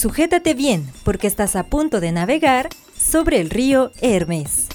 Sujétate bien, porque estás a punto de navegar sobre el río Hermes.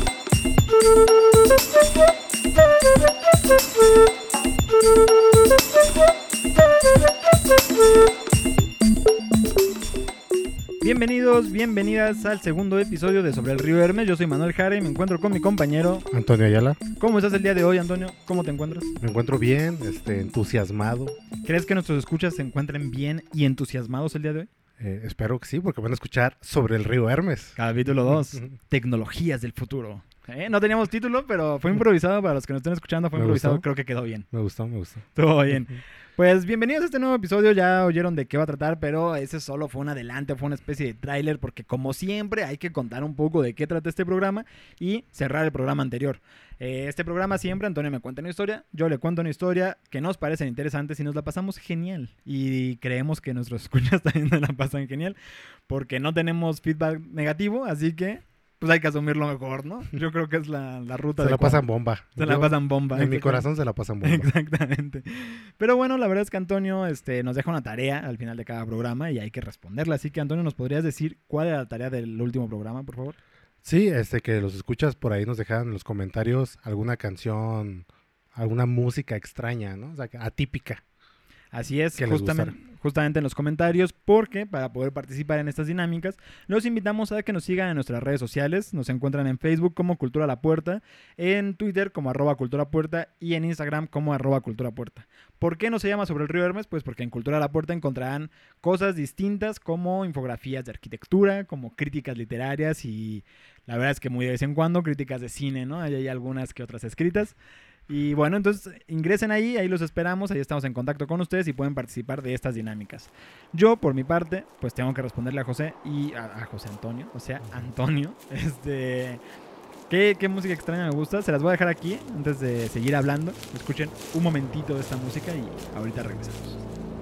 Bienvenidos, bienvenidas al segundo episodio de Sobre el río Hermes. Yo soy Manuel Jara y me encuentro con mi compañero Antonio Ayala. ¿Cómo estás el día de hoy, Antonio? ¿Cómo te encuentras? Me encuentro bien, entusiasmado. ¿Crees que nuestros escuchas se encuentren bien y entusiasmados el día de hoy? Espero que sí, porque van a escuchar Sobre el río Hermes. Capítulo 2, tecnologías del futuro. No teníamos título, pero fue improvisado. Para los que nos estén escuchando, fue improvisado. Creo que quedó bien. Me gustó. Todo bien. Pues bienvenidos a este nuevo episodio. Ya oyeron de qué va a tratar, pero ese solo fue un adelante, fue una especie de tráiler, porque como siempre hay que contar un poco de qué trata este programa y cerrar el programa anterior. Este programa siempre Antonio me cuenta una historia, yo le cuento una historia que nos parecen interesantes y nos la pasamos genial. Y creemos que nuestros escuchas también nos la pasan genial, porque no tenemos feedback negativo, así que pues hay que asumirlo mejor, ¿no? Yo creo que es la ruta. Se la pasan bomba. La pasan bomba. En mi corazón se la pasan bomba. Exactamente. Pero bueno, la verdad es que Antonio nos deja una tarea al final de cada programa y hay que responderla. Así que, Antonio, ¿nos podrías decir cuál era la tarea del último programa, por favor? Sí, que los escuchas por ahí nos dejaran en los comentarios alguna canción, alguna música extraña, ¿no? O sea, atípica. Así es, justamente en los comentarios, porque para poder participar en estas dinámicas, los invitamos a que nos sigan en nuestras redes sociales. Nos encuentran en Facebook como Cultura a la Puerta, en Twitter como @culturapuerta y en Instagram como @culturapuerta. ¿Por qué no se llama Sobre el río Hermes? Pues porque en Cultura a la Puerta encontrarán cosas distintas como infografías de arquitectura, como críticas literarias y la verdad es que muy de vez en cuando críticas de cine, ¿no? Hay algunas que otras escritas. Y bueno, entonces ingresen ahí los esperamos, ahí estamos en contacto con ustedes y pueden participar de estas dinámicas. Yo, por mi parte, pues tengo que responderle a José y a José Antonio, o sea, Antonio, ¿qué música extraña me gusta? Se las voy a dejar aquí antes de seguir hablando. Escuchen un momentito de esta música y ahorita regresamos.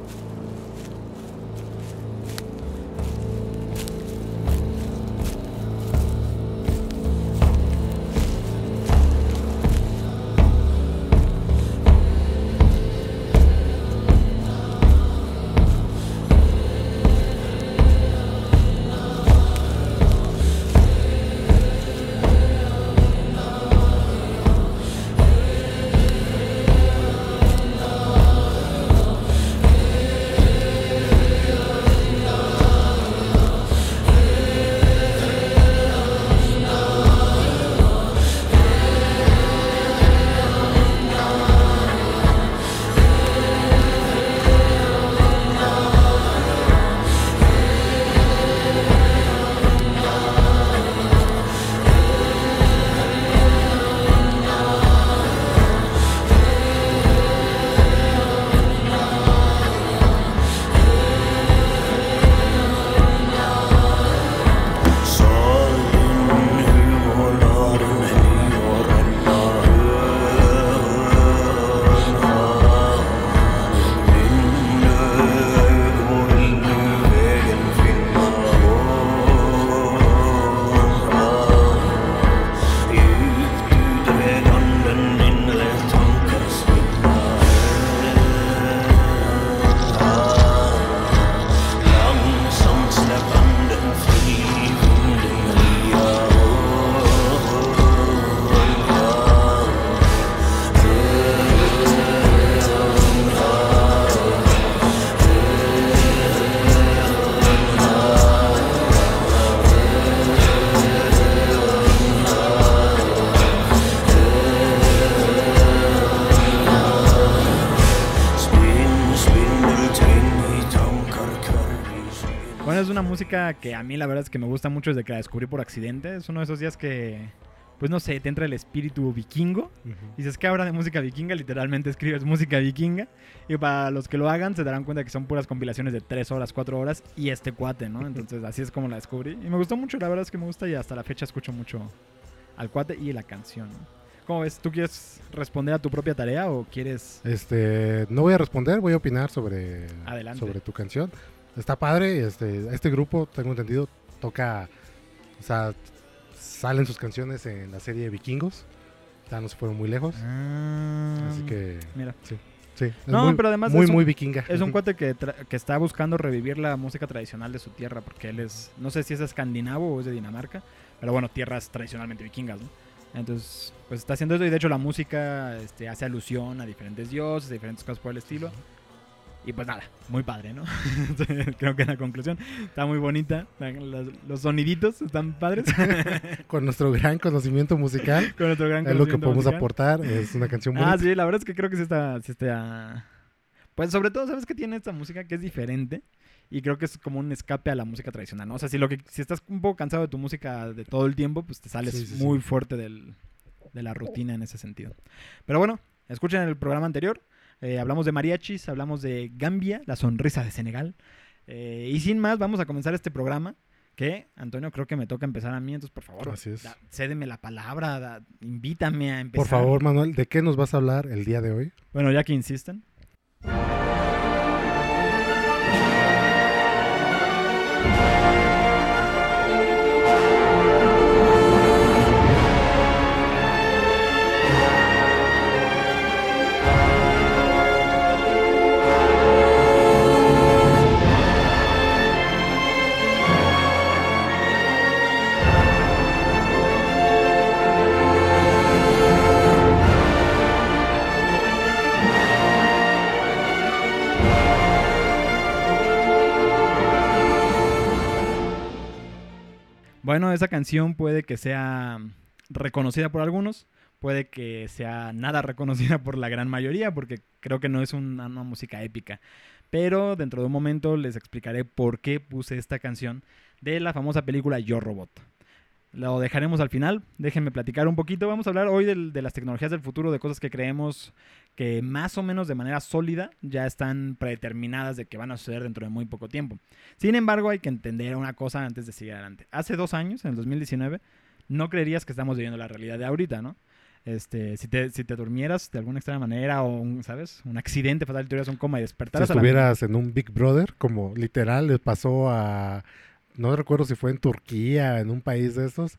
Música que a mí la verdad es que me gusta mucho desde que la descubrí por accidente. Es uno de esos días que, pues no sé, te entra el espíritu vikingo. Y dices, ¿qué habla de música vikinga? Literalmente escribes música vikinga. Y para los que lo hagan se darán cuenta que son puras compilaciones de 3 horas, 4 horas y este cuate, ¿no? Entonces así es como la descubrí. Y me gustó mucho, la verdad es que me gusta y hasta la fecha escucho mucho al cuate y la canción, ¿no? ¿Cómo ves? ¿Tú quieres responder a tu propia tarea o quieres...? No voy a responder, voy a opinar sobre tu canción. Está padre, este grupo, tengo entendido, toca, o sea, salen sus canciones en la serie de Vikingos, ya no se fueron muy lejos, así que mira. sí, Sí. No, pero además muy vikinga. Es un cuate que está buscando revivir la música tradicional de su tierra, porque él es, no sé si es escandinavo o es de Dinamarca, pero bueno, tierras tradicionalmente vikingas, ¿no? Entonces, pues está haciendo eso y de hecho la música hace alusión a diferentes dioses, a diferentes cosas por el estilo. Y pues nada, muy padre, ¿no? Creo que en la conclusión está muy bonita. Los soniditos están padres. Con nuestro gran conocimiento musical. Con nuestro gran conocimiento musical. Es lo que podemos aportar. Es una canción bonita. Sí, la verdad es que creo que sí está... Pues sobre todo, ¿sabes qué tiene esta música? Que es diferente. Y creo que es como un escape a la música tradicional, ¿no? O sea, si estás un poco cansado de tu música de todo el tiempo, pues te sales muy fuerte de la rutina en ese sentido. Pero bueno, escuchen el programa anterior. Hablamos de mariachis, hablamos de Gambia, la sonrisa de Senegal. Y sin más, vamos a comenzar este programa. Que, Antonio, creo que me toca empezar a mí. Entonces, por favor, cédeme la palabra, invítame a empezar. Por favor, Manuel, ¿de qué nos vas a hablar el día de hoy? Bueno, ya que insisten. Bueno, esa canción puede que sea reconocida por algunos, puede que sea nada reconocida por la gran mayoría, porque creo que no es una música épica. Pero dentro de un momento les explicaré por qué puse esta canción de la famosa película Yo, Robot. Lo dejaremos al final, déjenme platicar un poquito. Vamos a hablar hoy de las tecnologías del futuro, de cosas que creemos que más o menos de manera sólida ya están predeterminadas de que van a suceder dentro de muy poco tiempo. Sin embargo, hay que entender una cosa antes de seguir adelante. Hace 2 años, en el 2019, no creerías que estamos viviendo la realidad de ahorita, ¿no? Si te durmieras de alguna extraña manera o ¿sabes? Un accidente fatal, tuvieras un coma y despertaras. Si estuvieras en un Big Brother, como literal le pasó a... No recuerdo si fue en Turquía, en un país de estos,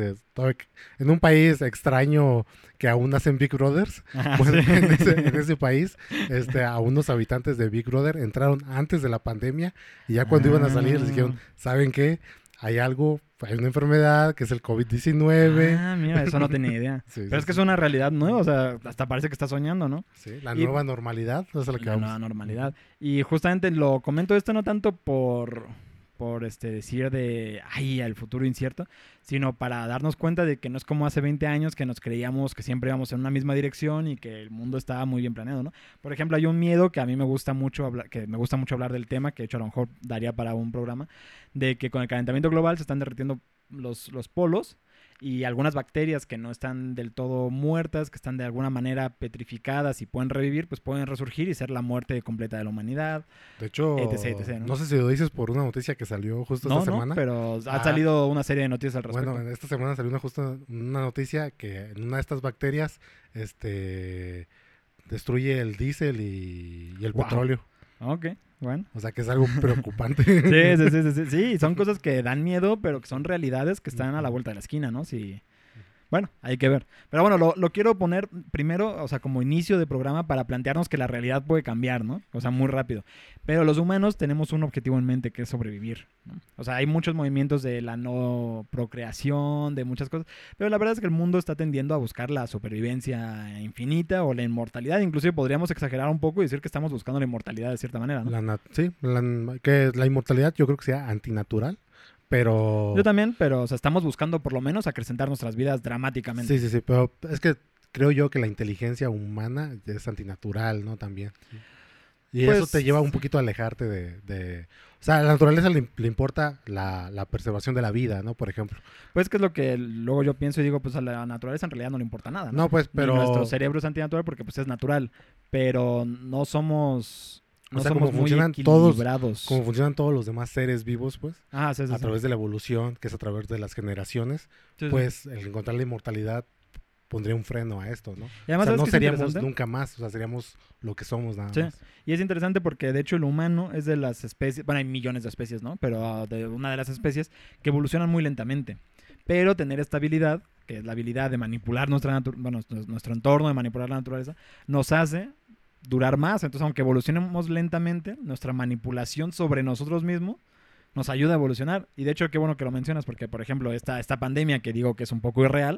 en un país extraño que aún hacen Big Brothers. Bueno, sí. en ese país, a unos habitantes de Big Brother entraron antes de la pandemia y ya cuando iban a salir les dijeron, ¿saben qué? Hay una enfermedad que es el COVID-19. Mira, eso no tenía idea. Pero es que es una realidad nueva, o sea, hasta parece que está soñando, ¿no? Sí, nueva normalidad, eso es lo que vamos. Nueva normalidad. Y justamente lo comento esto no tanto por decir el futuro incierto, sino para darnos cuenta de que no es como hace 20 años que nos creíamos que siempre íbamos en una misma dirección y que el mundo estaba muy bien planeado, ¿no? Por ejemplo, hay un miedo que a mí me gusta mucho hablar del tema, que de hecho a lo mejor daría para un programa, de que con el calentamiento global se están derritiendo los polos y algunas bacterias que no están del todo muertas, que están de alguna manera petrificadas y pueden revivir, pues pueden resurgir y ser la muerte completa de la humanidad. De hecho, etc., ¿no? No sé si lo dices por una noticia que salió justo esta semana. No, pero ha salido una serie de noticias al respecto. Bueno, esta semana salió una noticia que en una de estas bacterias destruye el diésel y el petróleo. Ok, bueno. O sea que es algo preocupante. Sí, son cosas que dan miedo, pero que son realidades que están a la vuelta de la esquina, ¿no? Sí. Bueno, hay que ver. Pero bueno, lo quiero poner primero, o sea, como inicio de programa para plantearnos que la realidad puede cambiar, ¿no? O sea, muy rápido. Pero los humanos tenemos un objetivo en mente, que es sobrevivir, ¿no? O sea, hay muchos movimientos de la no procreación, de muchas cosas, pero la verdad es que el mundo está tendiendo a buscar la supervivencia infinita o la inmortalidad. Inclusive podríamos exagerar un poco y decir que estamos buscando la inmortalidad de cierta manera, ¿no? Que la inmortalidad yo creo que sea antinatural. Pero... Yo también, pero o sea, estamos buscando por lo menos acrecentar nuestras vidas dramáticamente. Sí, pero es que creo yo que la inteligencia humana es antinatural, ¿no? También. Y pues, eso te lleva un poquito a alejarte de... O sea, a la naturaleza le importa la preservación de la vida, ¿no? Por ejemplo. Pues que es lo que luego yo pienso y digo, pues a la naturaleza en realidad no le importa nada, ¿no? No, pues, pero... Ni nuestro cerebro es antinatural porque pues es natural, pero no somos... No, o sea, somos muy equilibrados. Como funcionan todos los demás seres vivos, pues. A través de la evolución, que es a través de las generaciones. Pues el encontrar la inmortalidad pondría un freno a esto, ¿no? Y además, o sea, no seríamos nunca más, o sea, seríamos lo que somos nada más. Y es interesante porque de hecho el humano es de las especies, bueno, hay millones de especies, ¿no? Pero de una de las especies que evolucionan muy lentamente. Pero tener esta habilidad, que es la habilidad de manipular nuestro entorno, de manipular la naturaleza, nos hace durar más. Entonces, aunque evolucionemos lentamente, nuestra manipulación sobre nosotros mismos nos ayuda a evolucionar. Y de hecho, qué bueno que lo mencionas, porque, por ejemplo, esta pandemia que digo que es un poco irreal,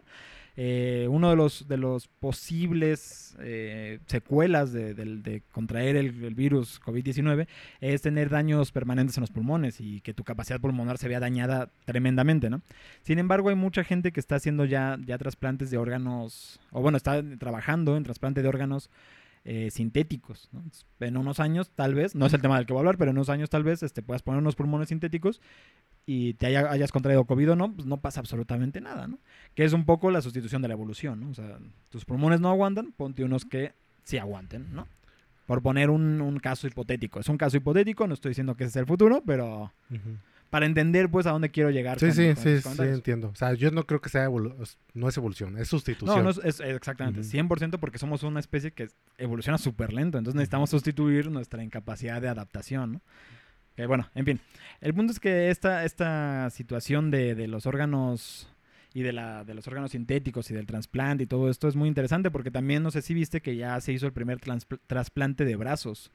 uno de los posibles secuelas de contraer el virus COVID-19 es tener daños permanentes en los pulmones y que tu capacidad pulmonar se vea dañada tremendamente, ¿no? Sin embargo, hay mucha gente que está haciendo ya trasplantes de órganos, o bueno, está trabajando en trasplante de órganos sintéticos, ¿no? En unos años, tal vez, no es el tema del que voy a hablar, pero en unos años tal vez puedas poner unos pulmones sintéticos y te hayas contraído COVID o no, pues no pasa absolutamente nada, ¿no? Que es un poco la sustitución de la evolución, ¿no? O sea, tus pulmones no aguantan, ponte unos que sí aguanten, ¿no? Por poner un caso hipotético. Es un caso hipotético, no estoy diciendo que ese es el futuro, pero para entender, pues, a dónde quiero llegar. Sí, entiendo. O sea, yo no creo que sea no es evolución, es sustitución. No es exactamente, 100%, porque somos una especie que evoluciona súper lento, entonces necesitamos sustituir nuestra incapacidad de adaptación, ¿no? Que bueno, en fin. El punto es que esta situación de los órganos y de los órganos sintéticos y del trasplante y todo esto es muy interesante, porque también, no sé si viste que ya se hizo el primer trasplante de brazos.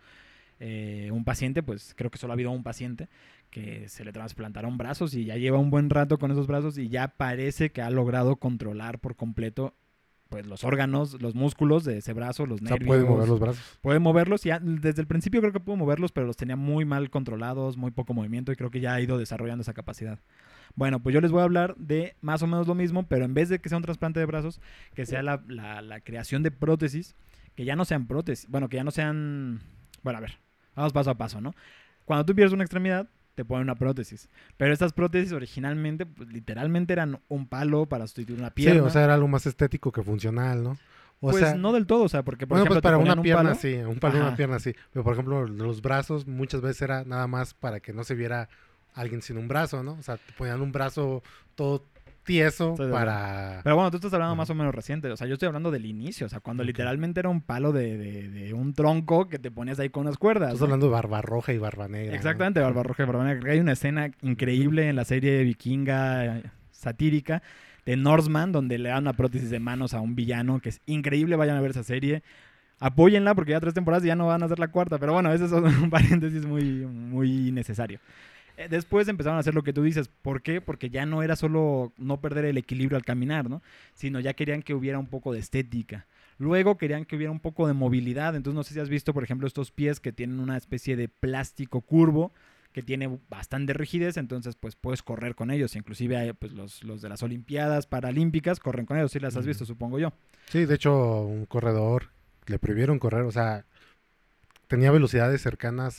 Un paciente, pues creo que solo ha habido un paciente que se le trasplantaron brazos y ya lleva un buen rato con esos brazos y ya parece que ha logrado controlar por completo, pues, los órganos, los músculos de ese brazo, los nervios. O sea, puede mover los brazos. Puede moverlos, ya desde el principio creo que pudo moverlos, pero los tenía muy mal controlados, muy poco movimiento, y creo que ya ha ido desarrollando esa capacidad. Bueno, pues yo les voy a hablar de más o menos lo mismo, pero en vez de que sea un trasplante de brazos, que sea la creación de prótesis, que ya no sean prótesis, bueno, que ya no sean... Bueno, a ver, vamos paso a paso, ¿no? Cuando tú pierdes una extremidad, te ponen una prótesis. Pero estas prótesis originalmente, pues, literalmente eran un palo para sustituir una pierna. Sí, o sea, era algo más estético que funcional, ¿no? Pues sea, no del todo, o sea, porque por bueno, ejemplo, pues para te una pierna palo, sí, un palo, una pierna sí. Pero por ejemplo, los brazos muchas veces era nada más para que no se viera alguien sin un brazo, ¿no? O sea, te ponían un brazo todo tieso para... Pero bueno, tú estás hablando más o menos reciente. O sea, yo estoy hablando del inicio. O sea, cuando literalmente era un palo de un tronco que te ponías ahí con unas cuerdas. Estás hablando de Barbarroja y Barba Negra. Exactamente, ¿no? Barbarroja y Barba Negra. Hay una escena increíble en la serie vikinga satírica de Norseman, donde le dan una prótesis de manos a un villano, que es increíble. Vayan a ver esa serie. Apóyenla, porque ya 3 temporadas y ya no van a hacer la 4ª. Pero bueno, ese es un paréntesis muy, muy necesario. Después empezaron a hacer lo que tú dices. ¿Por qué? Porque ya no era solo no perder el equilibrio al caminar, ¿no? Sino ya querían que hubiera un poco de estética. Luego querían que hubiera un poco de movilidad. Entonces, no sé si has visto, por ejemplo, estos pies que tienen una especie de plástico curvo que tiene bastante rigidez. Entonces, pues puedes correr con ellos. Inclusive, pues los de las Olimpiadas Paralímpicas corren con ellos. Sí las has visto, supongo yo. Sí, de hecho, un corredor le prohibieron correr. O sea, tenía velocidades cercanas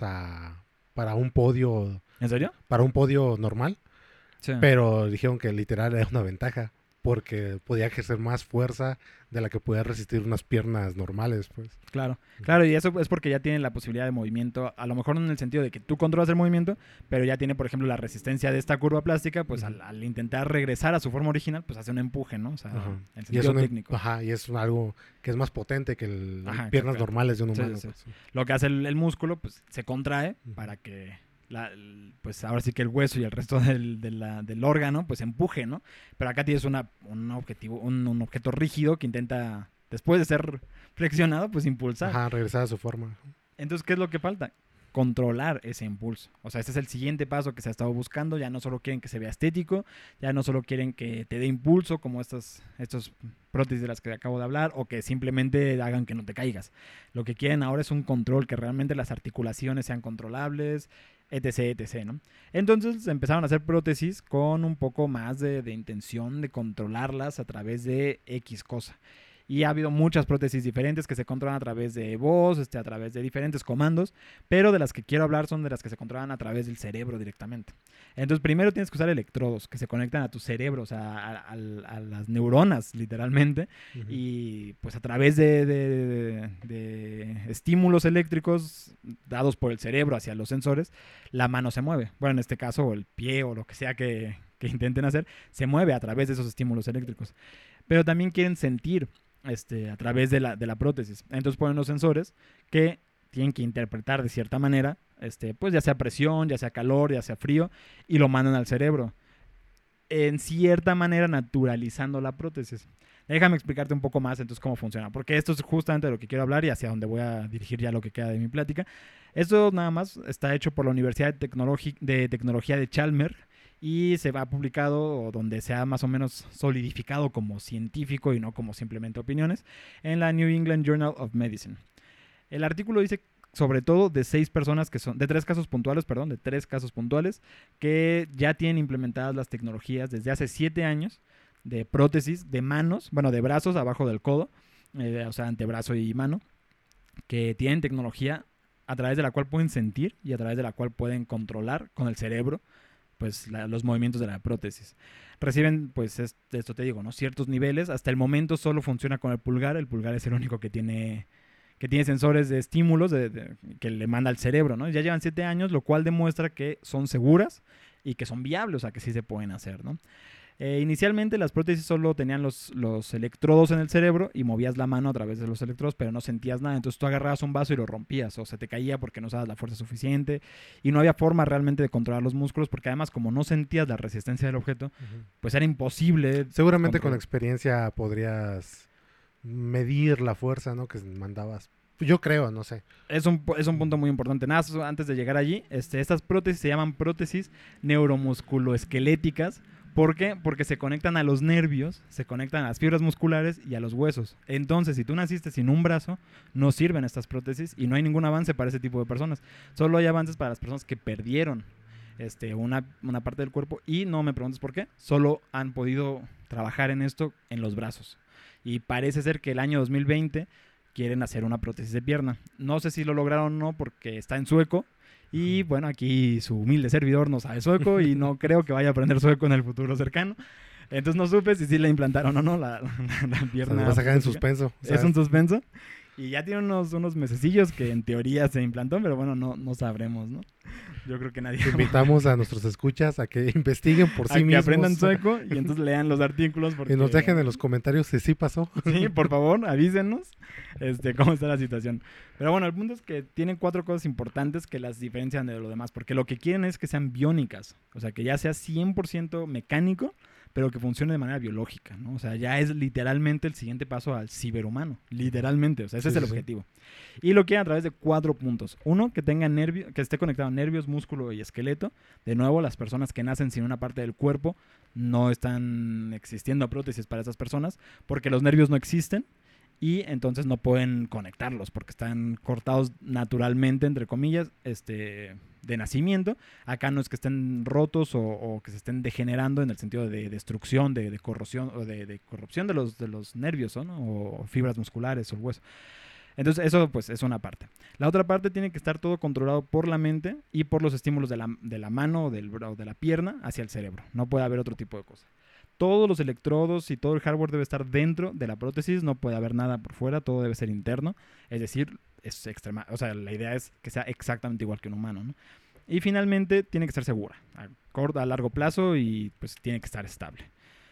para un podio... ¿En serio? Para un podio normal, sí. Pero dijeron que literal era una ventaja porque podía ejercer más fuerza de la que podía resistir unas piernas normales, pues. Claro, y eso es porque ya tienen la posibilidad de movimiento, a lo mejor no en el sentido de que tú controlas el movimiento, pero ya tiene, por ejemplo, la resistencia de esta curva plástica, pues al intentar regresar a su forma original, pues hace un empuje, ¿no? O sea, en el sentido técnico. Y es algo que es más potente que las piernas normales de un humano. Sí. Pues. Lo que hace el músculo, pues se contrae para que... pues ahora sí que el hueso y el resto del órgano pues empuje, ¿no? Pero acá tienes un objeto rígido que intenta, después de ser flexionado, pues impulsar. Regresar a su forma. Entonces, ¿qué es lo que falta? Controlar ese impulso. O sea, este es el siguiente paso que se ha estado buscando. Ya no solo quieren que se vea estético, ya no solo quieren que te dé impulso como estos prótesis de las que acabo de hablar, o que simplemente hagan que no te caigas. Lo que quieren ahora es un control, que realmente las articulaciones sean controlables, etc., ¿no? Entonces empezaron a hacer prótesis con un poco más de intención de controlarlas a través de X cosa. Y ha habido muchas prótesis diferentes que se controlan a través de voz, a través de diferentes comandos, pero de las que quiero hablar son de las que se controlan a través del cerebro directamente. Entonces, primero tienes que usar electrodos que se conectan a tu cerebro, o sea, a las neuronas, literalmente, y pues a través de estímulos eléctricos dados por el cerebro hacia los sensores, la mano se mueve. Bueno, en este caso, o el pie, o lo que sea que intenten hacer, se mueve a través de esos estímulos eléctricos. Pero también quieren sentir a través de la prótesis. Entonces ponen los sensores que tienen que interpretar de cierta manera, pues ya sea presión, ya sea calor, ya sea frío, y lo mandan al cerebro. En cierta manera naturalizando la prótesis. Déjame explicarte un poco más entonces cómo funciona, porque esto es justamente de lo que quiero hablar y hacia donde voy a dirigir ya lo que queda de mi plática. Esto nada más está hecho por la Universidad de Tecnología de Chalmers y se ha publicado, o donde se ha más o menos solidificado como científico y no como simplemente opiniones, en la New England Journal of Medicine. El artículo dice sobre todo de 6 personas que son, de 3 casos puntuales, que ya tienen implementadas las tecnologías desde hace 7 años de prótesis de manos, bueno, de brazos abajo del codo, o sea, antebrazo y mano, que tienen tecnología a través de la cual pueden sentir y a través de la cual pueden controlar con el cerebro pues los movimientos de la prótesis. Reciben, pues esto te digo, ¿no? Ciertos niveles. Hasta el momento solo funciona con el pulgar es el único que tiene sensores de estímulos que le manda al cerebro, ¿no? Ya llevan 7 años, lo cual demuestra que son seguras y que son viables, o sea, que sí se pueden hacer, ¿no? Inicialmente las prótesis solo tenían los electrodos en el cerebro y movías la mano a través de los electrodos, pero no sentías nada. Entonces tú agarrabas un vaso y lo rompías o se te caía porque no usabas la fuerza suficiente y no había forma realmente de controlar los músculos porque además como no sentías la resistencia del objeto, pues era imposible. Seguramente con experiencia podrías medir la fuerza, ¿no? Que mandabas. Yo creo, no sé. Es un punto muy importante. Nada, antes de llegar allí, estas prótesis se llaman prótesis neuromusculoesqueléticas. ¿Por qué? Porque se conectan a los nervios, se conectan a las fibras musculares y a los huesos. Entonces, si tú naciste sin un brazo, no sirven estas prótesis y no hay ningún avance para ese tipo de personas. Solo hay avances para las personas que perdieron una parte del cuerpo y no me preguntes por qué. Solo han podido trabajar en esto en los brazos. Y parece ser que el año 2020 quieren hacer una prótesis de pierna. No sé si lo lograron o no porque está en sueco. Y bueno, aquí su humilde servidor no sabe sueco y no creo que vaya a aprender sueco en el futuro cercano. Entonces no supe si sí le implantaron o no la pierna. Se va a sacar en suspenso. Es un suspenso. Y ya tiene unos mesecillos que en teoría se implantó, pero bueno, no sabremos, ¿no? Yo creo que nadie... Invitamos a nuestros escuchas a que investiguen por sí mismos. Que aprendan sueco y entonces lean los artículos. Porque, y nos dejen en los comentarios si sí pasó. Sí, por favor, avísenos cómo está la situación. Pero bueno, el punto es que tienen 4 cosas importantes que las diferencian de lo demás. Porque lo que quieren es que sean biónicas. O sea, que ya sea 100% mecánico, pero que funcione de manera biológica, ¿no? O sea, ya es literalmente el siguiente paso al ciberhumano. Literalmente, o sea, ese es el objetivo. Y lo quieren a través de 4 puntos. 1, que tenga que esté conectado a nervios, músculo y esqueleto. De nuevo, las personas que nacen sin una parte del cuerpo no están existiendo prótesis para esas personas porque los nervios no existen. Y entonces no pueden conectarlos porque están cortados naturalmente, entre comillas, de nacimiento. Acá no es que estén rotos o que se estén degenerando en el sentido de destrucción, de corrosión o de corrupción de los nervios, ¿no? O fibras musculares o el hueso. Entonces eso pues es una parte. La otra parte tiene que estar todo controlado por la mente y por los estímulos de la mano o de la pierna hacia el cerebro. No puede haber otro tipo de cosa. Todos los electrodos y todo el hardware debe estar dentro de la prótesis, no puede haber nada por fuera, todo debe ser interno. Es decir, la idea es que sea exactamente igual que un humano, ¿no? Y finalmente tiene que ser segura, a largo plazo y pues tiene que estar estable.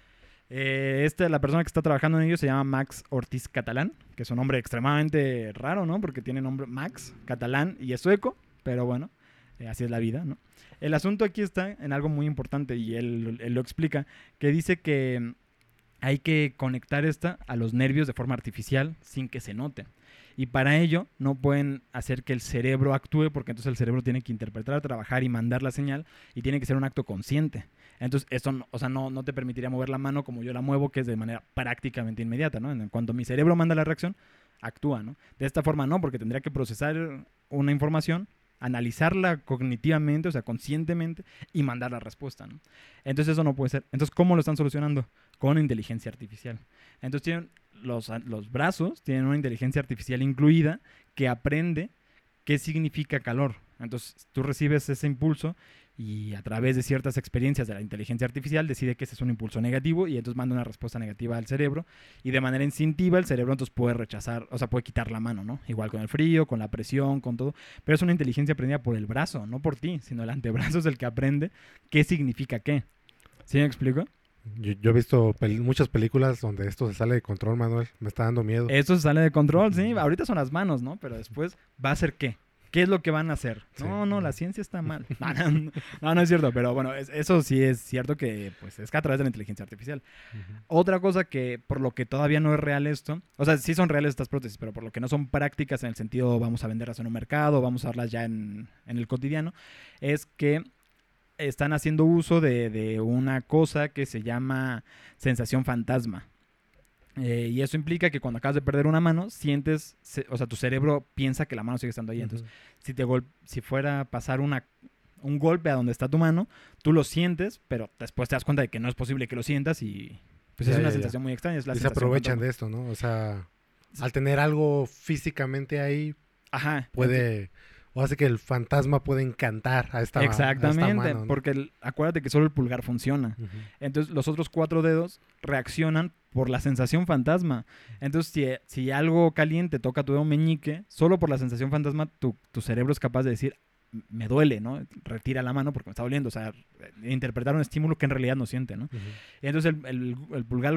La persona que está trabajando en ello se llama Max Ortiz Catalán, que es un nombre extremadamente raro, ¿no? Porque tiene nombre Max Catalán y es sueco, pero bueno, así es la vida, ¿no? El asunto aquí está en algo muy importante y él lo explica, que dice que hay que conectar a los nervios de forma artificial sin que se note. Y para ello no pueden hacer que el cerebro actúe porque entonces el cerebro tiene que interpretar, trabajar y mandar la señal y tiene que ser un acto consciente. Entonces esto no te permitiría mover la mano como yo la muevo, que es de manera prácticamente inmediata, ¿no? En cuanto mi cerebro manda la reacción, actúa, ¿no? De esta forma no, porque tendría que procesar una información, analizarla cognitivamente, o sea, conscientemente, y mandar la respuesta, ¿no? Entonces eso no puede ser. Entonces, ¿cómo lo están solucionando? Con inteligencia artificial. Entonces tienen los brazos, tienen una inteligencia artificial incluida que aprende qué significa calor. Entonces tú recibes ese impulso y a través de ciertas experiencias de la inteligencia artificial decide que ese es un impulso negativo y entonces manda una respuesta negativa al cerebro y de manera instintiva el cerebro entonces puede rechazar, o sea, puede quitar la mano, ¿no? Igual con el frío, con la presión, con todo, pero es una inteligencia aprendida por el brazo, no por ti, sino el antebrazo es el que aprende qué significa qué. ¿Sí me explico? Yo he visto muchas películas donde esto se sale de control, Manuel. Me está dando miedo. Esto se sale de control, sí. Ahorita son las manos, ¿no? Pero después va a ser qué. ¿qué es lo que van a hacer? Sí. No, la ciencia está mal. No es cierto, pero bueno, eso sí es cierto que pues es que a través de la inteligencia artificial. Otra cosa que por lo que todavía no es real esto, o sea, sí son reales estas prótesis, pero por lo que no son prácticas en el sentido vamos a venderlas en un mercado, vamos a usarlas ya en el cotidiano, es que están haciendo uso de una cosa que se llama sensación fantasma. Y eso implica que cuando acabas de perder una mano, sientes, o sea, tu cerebro piensa que la mano sigue estando ahí. Entonces, si fuera a pasar un golpe a donde está tu mano, tú lo sientes, pero después te das cuenta de que no es posible que lo sientas y pues es una sensación muy extraña. Es la y se sensación aprovechan fantasma. de esto, ¿no? O sea, al tener algo físicamente ahí, puede... O hace que el fantasma puede encantar a esta Exactamente, mano, ¿no? porque acuérdate que solo el pulgar funciona. Entonces los otros 4 dedos reaccionan por la sensación fantasma. Entonces si algo caliente toca tu dedo meñique, solo por la sensación fantasma tu cerebro es capaz de decir, me duele, ¿no? Retira la mano porque me está doliendo. O sea, interpretar un estímulo que en realidad no siente, ¿no? Y entonces el pulgar,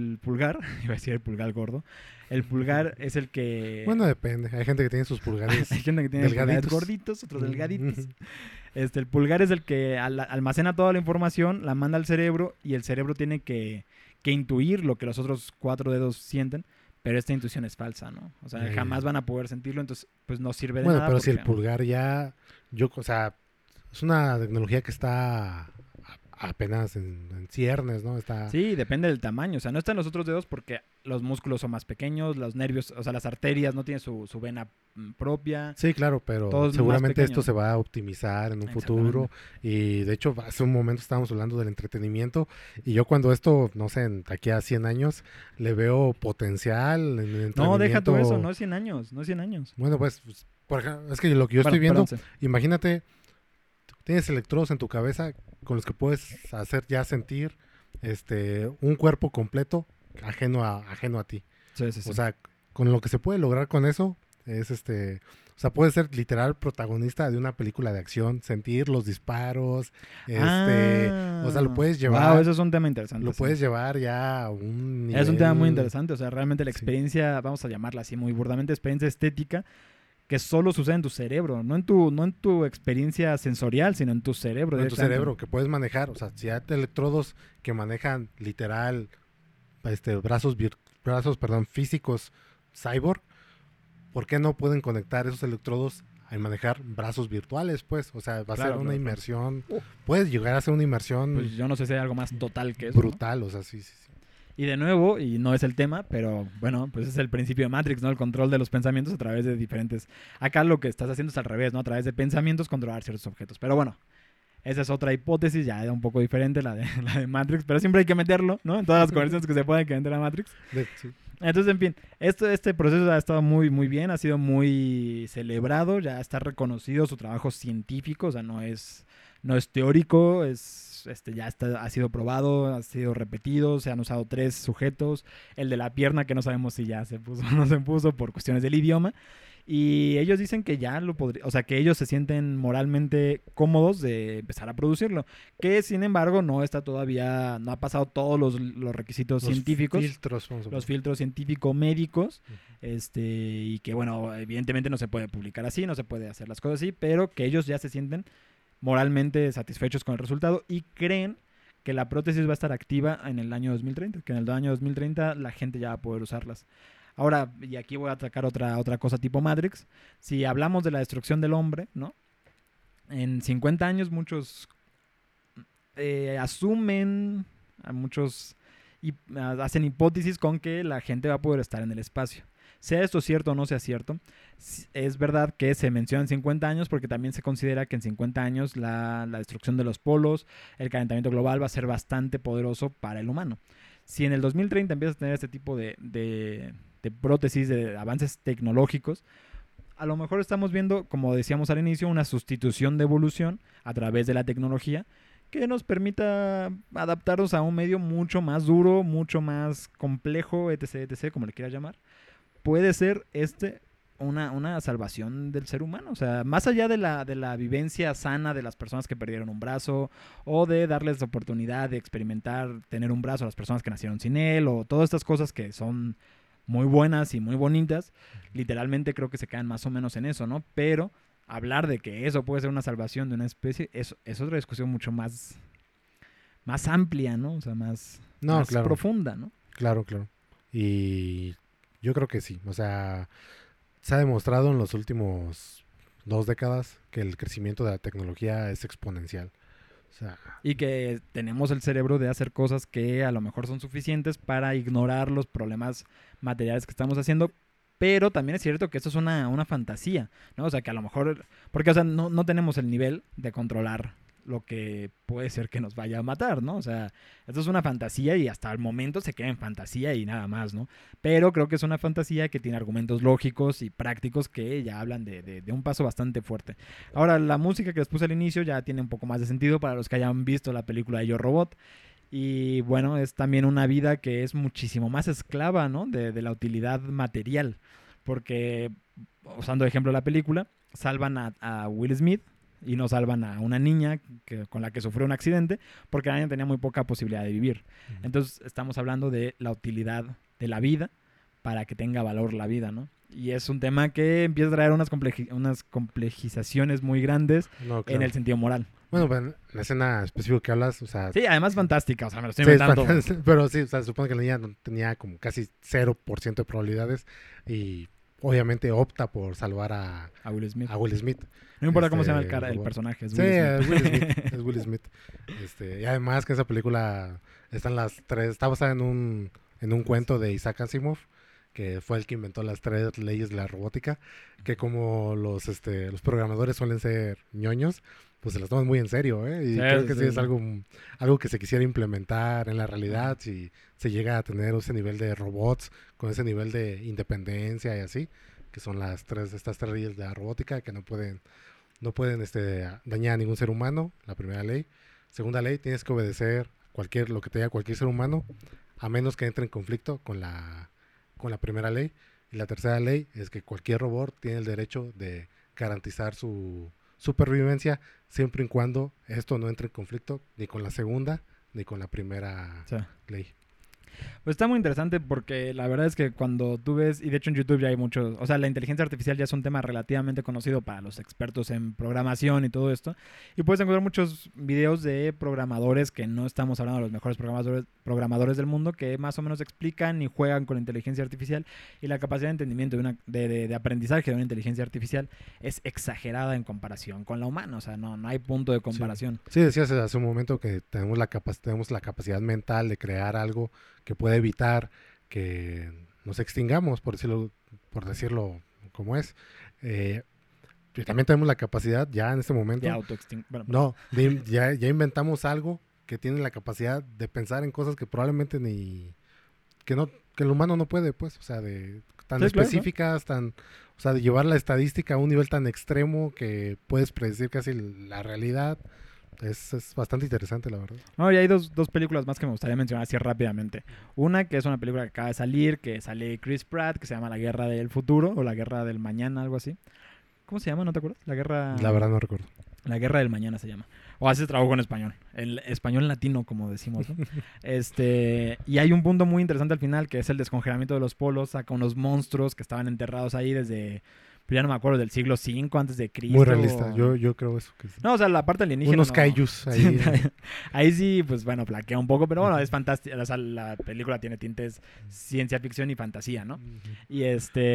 iba a decir el pulgar gordo, el pulgar es el que... Bueno, depende. Hay gente que tiene sus pulgares Hay gente que tiene pulgares gorditos, otros delgaditos. El pulgar es el que almacena toda la información, la manda al cerebro y el cerebro tiene que intuir lo que los otros 4 dedos sienten. Pero esta intuición es falsa, ¿no? O sea, jamás van a poder sentirlo, entonces pues no sirve de nada. Bueno, pero si el pulgar ya... o sea, es una tecnología que está apenas en ciernes, ¿no? Sí, depende del tamaño. O sea, no están los otros dedos porque los músculos son más pequeños, los nervios, o sea, las arterias no tienen su vena propia. Sí, claro, pero seguramente esto se va a optimizar en un futuro. Y de hecho, hace un momento estábamos hablando del entretenimiento. Y yo cuando esto, no sé, aquí a 100 años, le veo potencial en el entretenimiento. No, deja tú eso, no es 100 años. Bueno, pues por ejemplo, es que lo que yo estoy viendo, imagínate, tienes electrodos en tu cabeza con los que puedes hacer ya sentir un cuerpo completo ajeno a ti. Sí. O sea, con lo que se puede lograr con eso es o sea, puedes ser literal protagonista de una película de acción, sentir los disparos, o sea, lo puedes llevar. Wow, eso es un tema interesante. Lo puedes llevar ya a un nivel. Es un tema muy interesante, o sea, realmente la experiencia, vamos a llamarla así muy burdamente, experiencia estética, que solo sucede en tu cerebro, no en tu experiencia sensorial, sino en tu cerebro. En tu cerebro, que puedes manejar, o sea, si hay electrodos que manejan literal brazos físicos cyborg, ¿por qué no pueden conectar esos electrodos a manejar brazos virtuales, pues? O sea, va a ser una inmersión, puedes llegar a ser una inmersión. Pues yo no sé si hay algo más total que eso. Brutal, ¿no? O sea, sí. Y de nuevo, y no es el tema, pero bueno, pues es el principio de Matrix, ¿no? El control de los pensamientos a través de diferentes... Acá lo que estás haciendo es al revés, ¿no? A través de pensamientos controlar ciertos objetos. Pero bueno, esa es otra hipótesis, ya era un poco diferente la de Matrix, pero siempre hay que meterlo, ¿no? En todas las conversaciones que se pueden que entre a Matrix. Sí. Entonces, en fin, este proceso ha estado muy, muy bien, ha sido muy celebrado, ya está reconocido su trabajo científico, o sea, no es teórico, ha sido probado, ha sido repetido, se han usado 3 sujetos, el de la pierna que no sabemos si ya se puso o no se puso por cuestiones del idioma, y ellos dicen que ya lo podría, o sea, que ellos se sienten moralmente cómodos de empezar a producirlo, que sin embargo no ha pasado todos los requisitos científicos, los filtros científico-médicos, y que bueno, evidentemente no se puede publicar así, no se puede hacer las cosas así, pero que ellos ya se sienten moralmente satisfechos con el resultado y creen que la prótesis va a estar activa en el año 2030, que en el año 2030 la gente ya va a poder usarlas. Ahora, y aquí voy a atacar otra cosa tipo Matrix, si hablamos de la destrucción del hombre, ¿no? En 50 años muchos asumen, hacen hipótesis con que la gente va a poder estar en el espacio. Sea esto cierto o no sea cierto, es verdad que se mencionan 50 años porque también se considera que en 50 años la destrucción de los polos, el calentamiento global va a ser bastante poderoso para el humano. Si en el 2030 empiezas a tener este tipo de prótesis, de avances tecnológicos, a lo mejor estamos viendo, como decíamos al inicio, una sustitución de evolución a través de la tecnología que nos permita adaptarnos a un medio mucho más duro, mucho más complejo, etc., como le quieras llamar. Puede ser una salvación del ser humano. O sea, más allá de la vivencia sana de las personas que perdieron un brazo o de darles la oportunidad de experimentar tener un brazo a las personas que nacieron sin él o todas estas cosas que son muy buenas y muy bonitas, literalmente creo que se quedan más o menos en eso, ¿no? Pero hablar de que eso puede ser una salvación de una especie es otra discusión mucho más amplia, ¿no? O sea, más claro, profunda, ¿no? Claro. Y yo creo que sí. O sea, se ha demostrado en los últimos 2 décadas que el crecimiento de la tecnología es exponencial. O sea, y que tenemos el cerebro de hacer cosas que a lo mejor son suficientes para ignorar los problemas materiales que estamos haciendo, pero también es cierto que esto es una fantasía, ¿no? O sea, que a lo mejor, porque, o sea, no tenemos el nivel de controlar lo que puede ser que nos vaya a matar, ¿no? O sea, esto es una fantasía y hasta el momento se queda en fantasía y nada más, ¿no? Pero creo que es una fantasía que tiene argumentos lógicos y prácticos que ya hablan de un paso bastante fuerte. Ahora, la música que les puse al inicio ya tiene un poco más de sentido para los que hayan visto la película de Yo Robot. Y bueno, es también una vida que es muchísimo más esclava, ¿no? De la utilidad material. Porque, usando de ejemplo la película, salvan a Will Smith y no salvan a una niña con la que sufrió un accidente porque la niña tenía muy poca posibilidad de vivir. Entonces estamos hablando de la utilidad de la vida para que tenga valor la vida, ¿no? Y es un tema que empieza a traer unas complejizaciones muy grandes en el sentido moral. Bueno, pues en la escena específica que hablas, o sea... Sí, además fantástica, o sea, me lo estoy inventando. Pero sí, o sea, se supone que la niña tenía como casi 0% de probabilidades y obviamente opta por salvar a Will Smith. No importa cómo se llama el personaje, es Will Smith. Es Will Smith. Y además que esa película están las 3, está basada en un cuento de Isaac Asimov, que fue el que inventó las 3 leyes de la robótica, que como los programadores suelen ser ñoños, pues se las toman muy en serio, ¿eh? Y creo que sí es algo que se quisiera implementar en la realidad si se llega a tener ese nivel de robots con ese nivel de independencia y así, que son estas 3 leyes de la robótica que no pueden dañar a ningún ser humano, la primera ley. Segunda ley, tienes que obedecer lo que te diga cualquier ser humano, a menos que entre en conflicto con la primera ley. Y la tercera ley es que cualquier robot tiene el derecho de garantizar su supervivencia siempre y cuando esto no entre en conflicto ni con la segunda ni con la primera ley. Pues está muy interesante porque la verdad es que cuando tú ves, y de hecho en YouTube ya hay muchos, o sea, la inteligencia artificial ya es un tema relativamente conocido para los expertos en programación y todo esto, y puedes encontrar muchos videos de programadores que no estamos hablando de los mejores programadores del mundo, que más o menos explican y juegan con la inteligencia artificial, y la capacidad de entendimiento de aprendizaje de una inteligencia artificial es exagerada en comparación con la humana, o sea, no hay punto de comparación. Sí, decías hace un momento que tenemos la capacidad mental de crear algo que puede evitar que nos extingamos, por decirlo como es. También tenemos la capacidad ya en este momento. Ya inventamos algo que tiene la capacidad de pensar en cosas que probablemente que el humano no puede, pues, o sea, tan específicas, claro, o sea, de llevar la estadística a un nivel tan extremo que puedes predecir casi la realidad. Es bastante interesante, la verdad. No, y hay dos películas más que me gustaría mencionar así rápidamente. Una que es una película que acaba de salir, que sale Chris Pratt, que se llama La Guerra del Futuro o La Guerra del Mañana, algo así. ¿Cómo se llama? ¿No te acuerdas? La verdad no recuerdo. La Guerra del Mañana se llama. O así se tradujo en español. El español latino, como decimos, ¿no? Y hay un punto muy interesante al final, que es el descongelamiento de los polos. Saca unos monstruos que estaban enterrados ahí desde... Pero ya no me acuerdo, del siglo V antes de Cristo. Muy realista, yo creo eso. Que sí. No, o sea, la parte alienígena. Unos kaijus ahí. Ahí sí, pues bueno, flaquea un poco, pero bueno, es fantástica. O sea, la película tiene tintes ciencia ficción y fantasía, ¿no? Y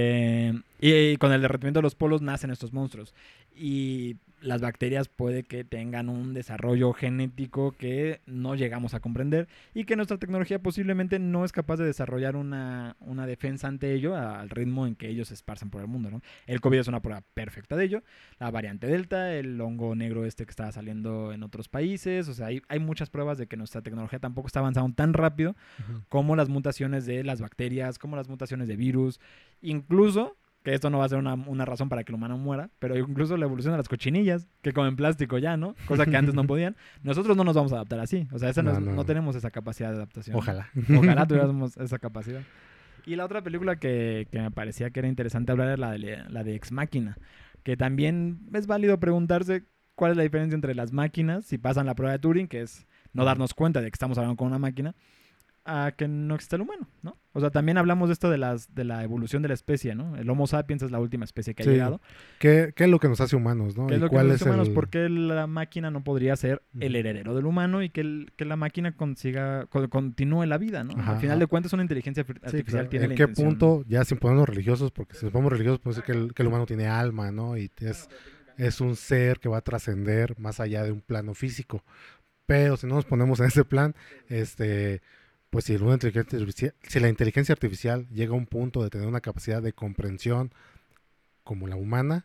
y con el derretimiento de los polos nacen estos monstruos. Y las bacterias puede que tengan un desarrollo genético que no llegamos a comprender y que nuestra tecnología posiblemente no es capaz de desarrollar una defensa ante ello al ritmo en que ellos se esparzan por el mundo, ¿no? El COVID es una prueba perfecta de ello. La variante Delta, el hongo negro que estaba saliendo en otros países. O sea, hay muchas pruebas de que nuestra tecnología tampoco está avanzando tan rápido como las mutaciones de las bacterias, como las mutaciones de virus. Incluso... que esto no va a ser una razón para que el humano muera, pero incluso la evolución de las cochinillas, que comen plástico ya, ¿no? Cosa que antes no podían. Nosotros no nos vamos a adaptar así. O sea, no tenemos esa capacidad de adaptación. Ojalá. Ojalá tuviéramos esa capacidad. Y la otra película que me parecía que era interesante hablar era la de Ex Machina, que también es válido preguntarse cuál es la diferencia entre las máquinas, si pasan la prueba de Turing, que es no darnos cuenta de que estamos hablando con una máquina, a que no exista el humano, ¿no? O sea, también hablamos de esto de la evolución de la especie, ¿no? El Homo sapiens es la última especie que ha llegado. ¿Qué es lo que nos hace humanos, no? ¿Qué es lo que nos hace humanos? ¿Por qué la máquina no podría ser el heredero del humano y que la máquina continúe la vida, ¿no? Al final de cuentas, una inteligencia artificial tiene la intención. ¿En qué punto, ya sin ponernos religiosos, porque si nos ponemos religiosos, puede ser que el humano tiene alma, ¿no? Y es un ser que va a trascender más allá de un plano físico. Pero si no nos ponemos en ese plan, pues si la inteligencia artificial llega a un punto de tener una capacidad de comprensión como la humana,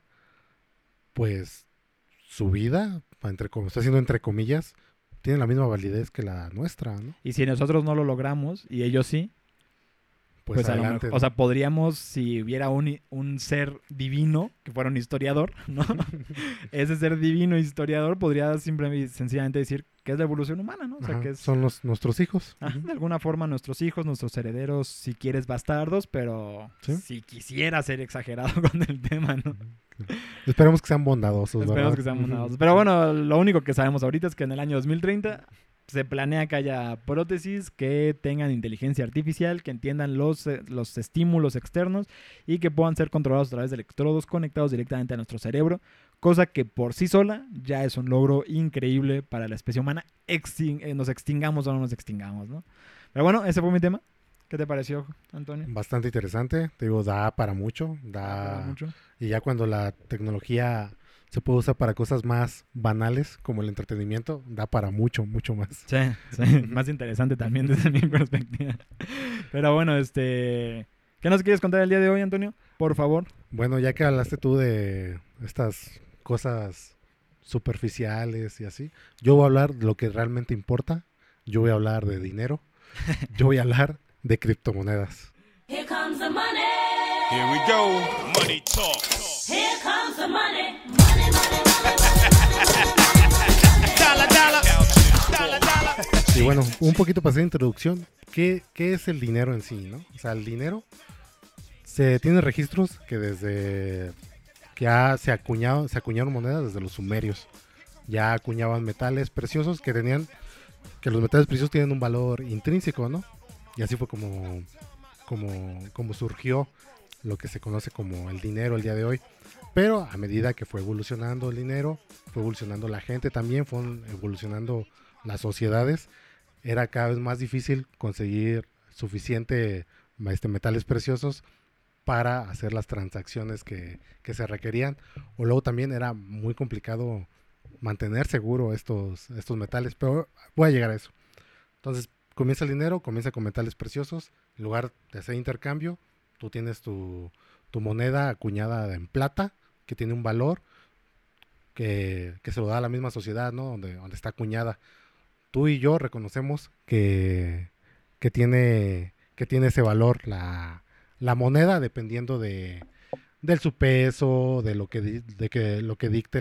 pues su vida, como está haciendo entre comillas, tiene la misma validez que la nuestra, ¿no? Y si nosotros no lo logramos y ellos sí, pues a lo mejor, ¿no? O sea, podríamos, si hubiera un ser divino que fuera un historiador, ¿no? Ese ser divino historiador podría simplemente sencillamente decir que es la evolución humana, ¿no? O sea, que son nuestros hijos. De alguna forma nuestros hijos, nuestros herederos, si quieres bastardos, pero si quisiera ser exagerado con el tema, ¿no? Esperemos que sean bondadosos, ¿verdad? Esperemos que sean bondadosos. Pero bueno, lo único que sabemos ahorita es que en el año 2030 se planea que haya prótesis que tengan inteligencia artificial, que entiendan los estímulos externos y que puedan ser controlados a través de electrodos conectados directamente a nuestro cerebro, cosa que por sí sola ya es un logro increíble para la especie humana, nos extingamos o no nos extingamos, ¿no? Pero bueno, ese fue mi tema. ¿Qué te pareció, Antonio? Bastante interesante, te digo, da para mucho, y ya cuando la tecnología se puede usar para cosas más banales como el entretenimiento, da para mucho, mucho más. Sí, más interesante también desde mi perspectiva. Pero bueno, ¿qué nos quieres contar el día de hoy, Antonio? Por favor. Bueno, ya que hablaste tú de estas cosas superficiales y así, yo voy a hablar de lo que realmente importa. Yo voy a hablar de dinero. Yo voy a hablar de criptomonedas. Here comes the money. Here we go. Money talk. Here comes the money. Money, money, money. Dollar, dollar. Y bueno, un poquito para hacer introducción, ¿qué es el dinero en sí, no? O sea, el dinero se tiene registros que desde que se acuñaron monedas desde los sumerios. Ya acuñaban metales preciosos que los metales preciosos tienen un valor intrínseco, ¿no? Y así fue como surgió lo que se conoce como el dinero el día de hoy. Pero a medida que fue evolucionando el dinero, fue evolucionando la gente también, fueron evolucionando las sociedades, era cada vez más difícil conseguir suficiente metales preciosos para hacer las transacciones que se requerían. O luego también era muy complicado mantener seguro estos metales, pero voy a llegar a eso. Entonces comienza el dinero, comienza con metales preciosos. En lugar de hacer intercambio, tú tienes tu moneda acuñada en plata, que tiene un valor que se lo da a la misma sociedad, ¿no? Donde está acuñada. Tú y yo reconocemos que tiene ese valor la moneda, dependiendo del su peso, de lo que dicte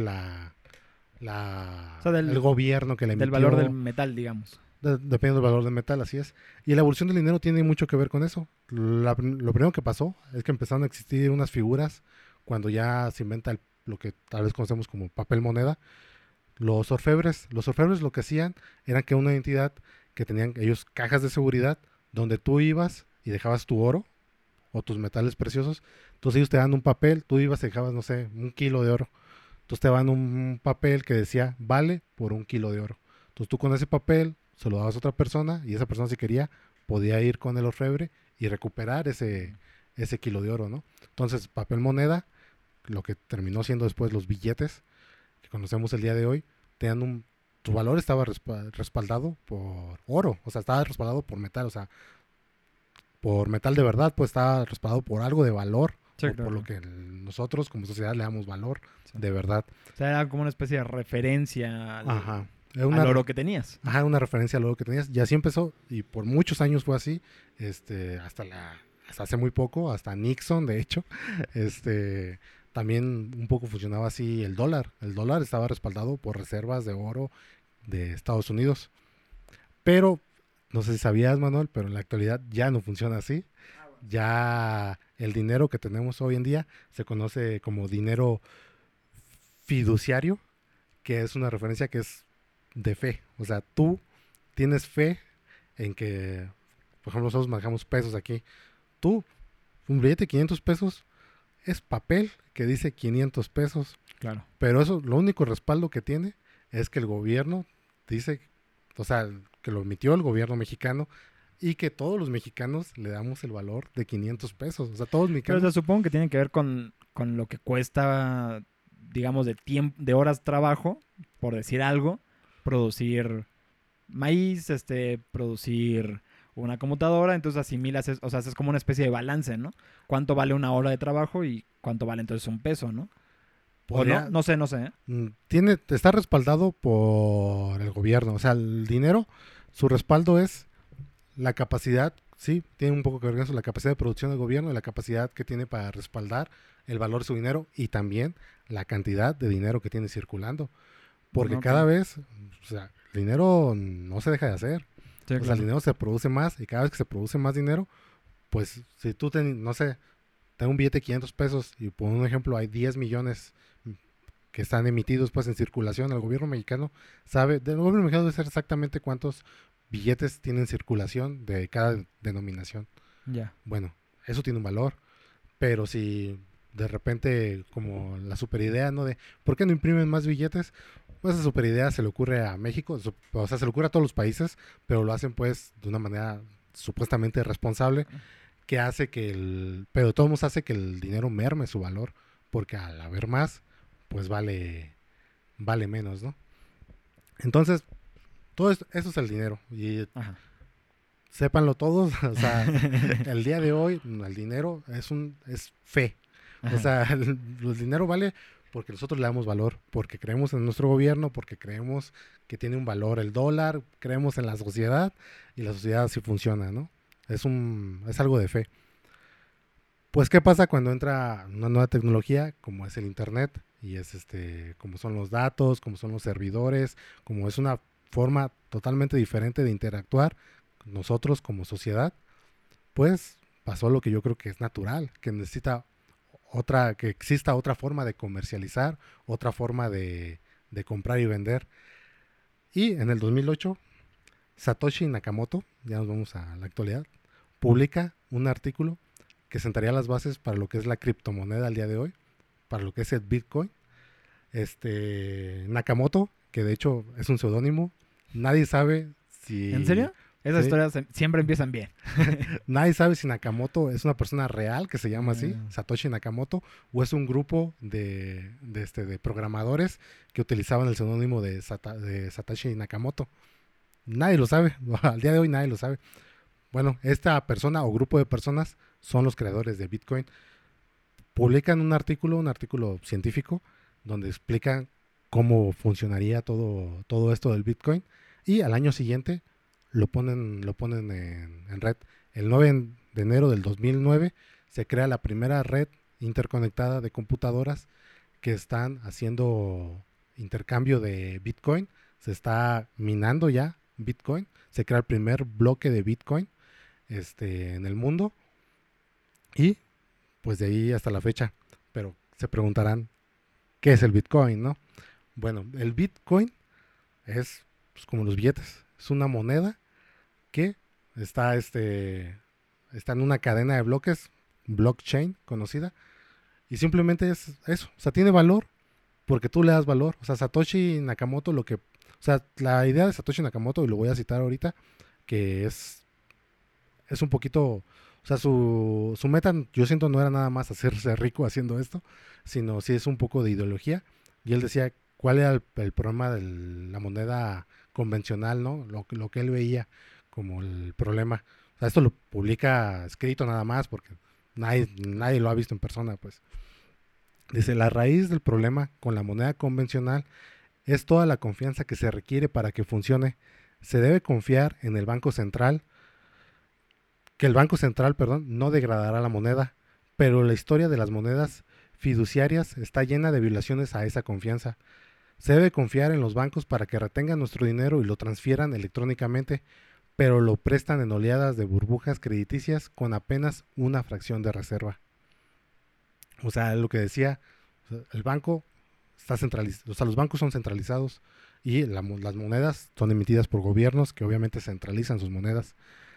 el gobierno que le emitió. Del valor del metal, digamos. Dependiendo del valor del metal, así es. Y la evolución del dinero tiene mucho que ver con eso. Lo primero que pasó es que empezaron a existir unas figuras cuando ya se inventa lo que tal vez conocemos como papel moneda. Los orfebres lo que hacían era que una entidad que tenían ellos cajas de seguridad donde tú ibas y dejabas tu oro o tus metales preciosos. Entonces ellos te dan un papel, tú ibas y dejabas, no sé, 1 kilo de oro. Entonces te dan un papel que decía vale por 1 kilo de oro. Entonces tú con ese papel se lo dabas a otra persona y esa persona, si quería, podía ir con el orfebre y recuperar ese kilo de oro, ¿no? Entonces, papel moneda, lo que terminó siendo después los billetes que conocemos el día de hoy, tu valor estaba respaldado por oro, o sea, estaba respaldado por metal, o sea, por metal de verdad, pues estaba respaldado por algo de valor, sí, claro, por lo que nosotros como sociedad le damos valor, sí, de verdad. O sea, era como una especie de referencia al oro que tenías. Ajá, una referencia al oro que tenías. Y así empezó. Y por muchos años fue así. Hasta hace muy poco. Hasta Nixon, de hecho. También un poco funcionaba así el dólar. El dólar estaba respaldado por reservas de oro de Estados Unidos. Pero, no sé si sabías, Manuel, pero en la actualidad ya no funciona así. Ya el dinero que tenemos hoy en día se conoce como dinero fiduciario, que es una referencia que es de fe. O sea, tú tienes fe en que por ejemplo, nosotros manejamos pesos aquí. Tú, un billete de 500 pesos es papel que dice 500 pesos. Claro. Pero eso, lo único respaldo que tiene es que el gobierno dice, o sea, que lo emitió el gobierno mexicano y que todos los mexicanos le damos el valor de 500 pesos. O sea, todos los Pero mexicanos... o sea, supongo que tiene que ver con lo que cuesta, digamos, de tiempo, de horas trabajo, por decir algo, producir maíz, producir una computadora, entonces asimilas, o sea, es como una especie de balance, ¿no? ¿Cuánto vale una hora de trabajo y cuánto vale entonces un peso, ¿no? ¿O no? No sé, ¿eh? Está respaldado por el gobierno. O sea, el dinero, su respaldo es la capacidad, sí, tiene un poco que ver con eso, la capacidad de producción del gobierno y la capacidad que tiene para respaldar el valor de su dinero y también la cantidad de dinero que tiene circulando. Porque cada vez, o sea, el dinero no se deja de hacer. Sí, o sea, el dinero se produce más y cada vez que se produce más dinero, pues si tú, no sé, tengo un billete de 500 pesos y por un ejemplo hay 10 millones que están emitidos pues en circulación, el gobierno mexicano el gobierno mexicano debe saber exactamente cuántos billetes tienen circulación de cada denominación. Ya. Bueno, eso tiene un valor, pero si de repente como la superidea, ¿no? De ¿por qué no imprimen más billetes? Pues esa superidea se le ocurre a México, o sea, se le ocurre a todos los países, pero lo hacen pues de una manera supuestamente responsable, que hace pero de todos modos hace que el dinero merme su valor, porque al haber más, pues vale menos, ¿no? Entonces, todo eso es el dinero. Y sépanlo todos, o sea, el día de hoy, el dinero es fe. O sea, el dinero vale porque nosotros le damos valor, porque creemos en nuestro gobierno, porque creemos que tiene un valor el dólar, creemos en la sociedad, y la sociedad así funciona, ¿no? Es algo de fe. Pues, ¿qué pasa cuando entra una nueva tecnología como es el internet? Y es como son los datos, como son los servidores, como es una forma totalmente diferente de interactuar nosotros como sociedad, pues pasó lo que yo creo que es natural, que que exista otra forma de comercializar, otra forma de comprar y vender. Y en el 2008, Satoshi Nakamoto, ya nos vamos a la actualidad, publica un artículo que sentaría las bases para lo que es la criptomoneda al día de hoy, para lo que es el Bitcoin. Nakamoto, que de hecho es un seudónimo, nadie sabe si... ¿En serio? Esas historias siempre empiezan bien. Nadie sabe si Nakamoto es una persona real que se llama así, Satoshi Nakamoto, o es un grupo de programadores que utilizaban el seudónimo de Satoshi Nakamoto. Nadie lo sabe, al día de hoy nadie lo sabe. Bueno, esta persona o grupo de personas son los creadores de Bitcoin. Publican un artículo científico, donde explican cómo funcionaría todo esto del Bitcoin, y al año siguiente lo ponen en red. El 9 de enero del 2009 se crea la primera red interconectada de computadoras que están haciendo intercambio de Bitcoin. Se está minando ya Bitcoin. Se crea el primer bloque de Bitcoin en el mundo. Y pues de ahí hasta la fecha. Pero se preguntarán, ¿qué es el Bitcoin, no? Bueno, el Bitcoin es pues, como los billetes. Es una moneda que está en una cadena de bloques, blockchain conocida, y simplemente es eso. O sea, tiene valor porque tú le das valor. O sea, Satoshi Nakamoto, la idea de Satoshi Nakamoto, y lo voy a citar ahorita, que es un poquito, o sea, su meta, yo siento, no era nada más hacerse rico haciendo esto, sino sí es un poco de ideología. Y él decía cuál era el problema de la moneda convencional, ¿no? Lo que él veía como el problema. O sea, esto lo publica escrito nada más porque nadie lo ha visto en persona, pues. Dice, la raíz del problema con la moneda convencional es toda la confianza que se requiere para que funcione. Se debe confiar en el Banco Central, que el Banco Central, no degradará la moneda, pero la historia de las monedas fiduciarias está llena de violaciones a esa confianza. Se debe confiar en los bancos para que retengan nuestro dinero y lo transfieran electrónicamente, pero lo prestan en oleadas de burbujas crediticias con apenas una fracción de reserva. O sea, lo que decía, el banco está centralizado, o sea, los bancos son centralizados y las monedas son emitidas por gobiernos que obviamente centralizan sus monedas.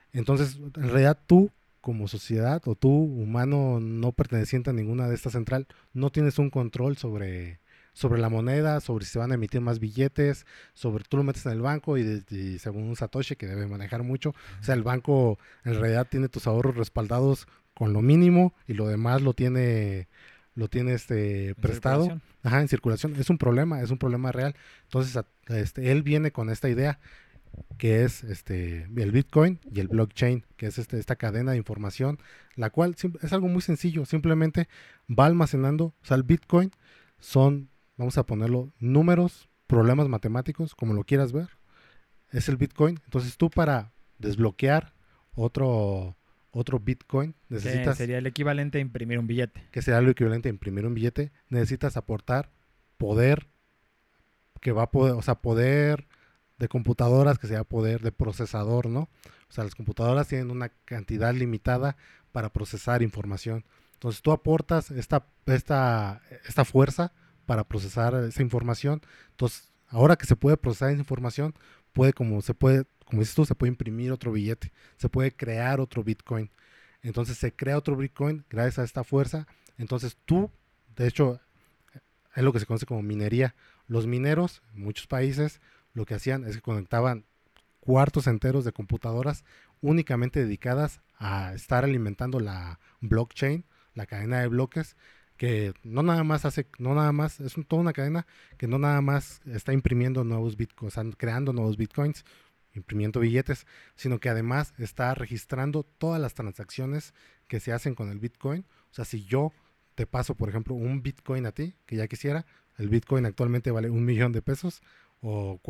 Entonces, en realidad tú, como sociedad, o tú, humano no perteneciente a ninguna de estas central, no tienes un control sobre la moneda, sobre si se van a emitir más billetes, sobre tú lo metes en el banco y según un Satoshi que debe manejar mucho, o sea, el banco en realidad tiene tus ahorros respaldados con lo mínimo y lo demás lo tiene prestado, en circulación. Es un problema real. Entonces, él viene con esta idea que es el Bitcoin y el blockchain, que es esta cadena de información, la cual es algo muy sencillo, simplemente va almacenando, o sea, el Bitcoin son, vamos a ponerlo, números, problemas matemáticos, como lo quieras ver, es el Bitcoin. Entonces tú para desbloquear otro Bitcoin necesitas... Que sería el equivalente a imprimir un billete. Que sería lo equivalente a imprimir un billete. Necesitas aportar poder que va a poder, o sea, poder de computadoras, que sea poder de procesador, ¿no? O sea, las computadoras tienen una cantidad limitada para procesar información. Entonces tú aportas esta fuerza para procesar esa información. Entonces, ahora que se puede procesar esa información, como dices tú, se puede imprimir otro billete, se puede crear otro Bitcoin. Entonces se crea otro Bitcoin gracias a esta fuerza. Entonces tú, de hecho, es lo que se conoce como minería. Los mineros, en muchos países, lo que hacían es que conectaban cuartos enteros de computadoras únicamente dedicadas a estar alimentando la blockchain, la cadena de bloques, que es toda una cadena que no nada más está imprimiendo nuevos bitcoins, o sea, creando nuevos bitcoins, imprimiendo billetes, sino que además está registrando todas las transacciones que se hacen con el Bitcoin. O sea, si yo te paso, por ejemplo, un Bitcoin a ti, que ya quisiera, el Bitcoin actualmente vale $1,000,000 o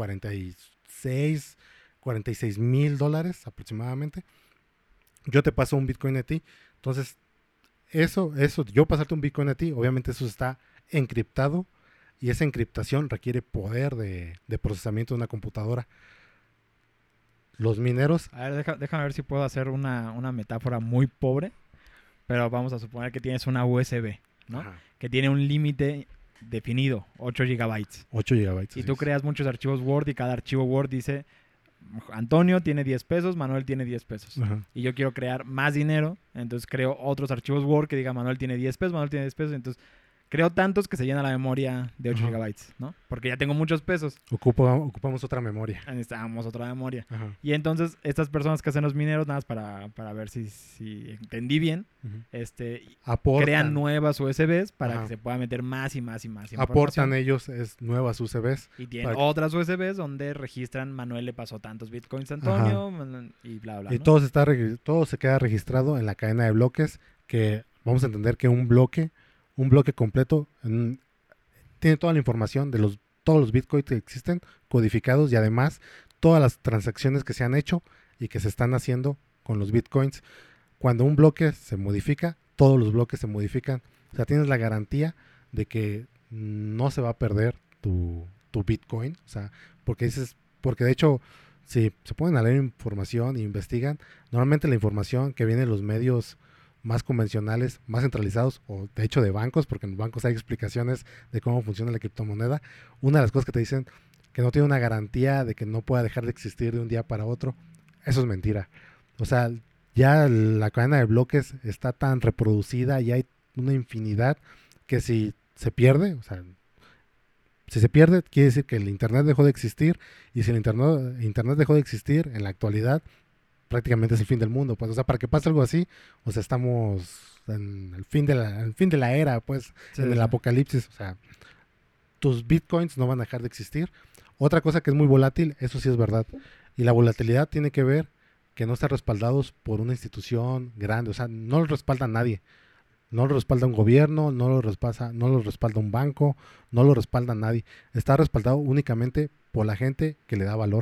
46,000 dólares aproximadamente. Yo te paso un Bitcoin a ti. Entonces, yo pasarte un Bitcoin a ti, obviamente eso está encriptado y esa encriptación requiere poder de procesamiento de una computadora. Los mineros... A ver, déjame ver si puedo hacer una metáfora muy pobre, pero vamos a suponer que tienes una USB, ¿no? Ajá. Que tiene un límite definido, 8 gigabytes. 8 gigabytes. Y tú creas muchos archivos Word y cada archivo Word dice, Antonio tiene 10 pesos, Manuel tiene 10 pesos. Ajá. Y yo quiero crear más dinero, entonces creo otros archivos Word que diga Manuel tiene 10 pesos, Manuel tiene 10 pesos, entonces... Creo tantos que se llena la memoria de 8 gigabytes, ¿no? Porque ya tengo muchos pesos. Ocupamos otra memoria. Necesitábamos otra memoria. Ajá. Y entonces, estas personas que hacen los mineros, nada más para ver si entendí bien, crean nuevas USBs para que se pueda meter más y más y más información. Aportan ellos nuevas USBs. Y tienen otras USBs donde registran, Manuel le pasó tantos bitcoins a Antonio, y bla, bla, y ¿no? todo se queda registrado en la cadena de bloques, que vamos a entender que un bloque completo tiene toda la información de todos los bitcoins que existen codificados y además todas las transacciones que se han hecho y que se están haciendo con los bitcoins. Cuando un bloque se modifica, todos los bloques se modifican. O sea, tienes la garantía de no se va a perder tu bitcoin. O sea, porque de hecho, si se pueden leer información e investigan, normalmente la información que viene de los medios más convencionales, más centralizados, o de hecho de bancos, porque en los bancos hay explicaciones de cómo funciona la criptomoneda. Una de las cosas que te dicen que no tiene una garantía de que no pueda dejar de existir de un día para otro, eso es mentira. O sea, ya la cadena de bloques está tan reproducida y hay una infinidad que si se pierde, o sea, si se pierde quiere decir que el internet dejó de existir, y si el internet dejó de existir en la actualidad, prácticamente es el fin del mundo, pues. O sea, para que pase algo así, o sea, estamos en el fin de la era, pues, en el apocalipsis. O sea, tus bitcoins no van a dejar de existir. Otra cosa que es muy volátil, eso sí es verdad, y la volatilidad tiene que ver que no están respaldados por una institución grande. O sea, no los respalda nadie, no lo respalda un gobierno, no lo respalda un banco, no lo respalda nadie. Está respaldado únicamente por la gente que le da valor,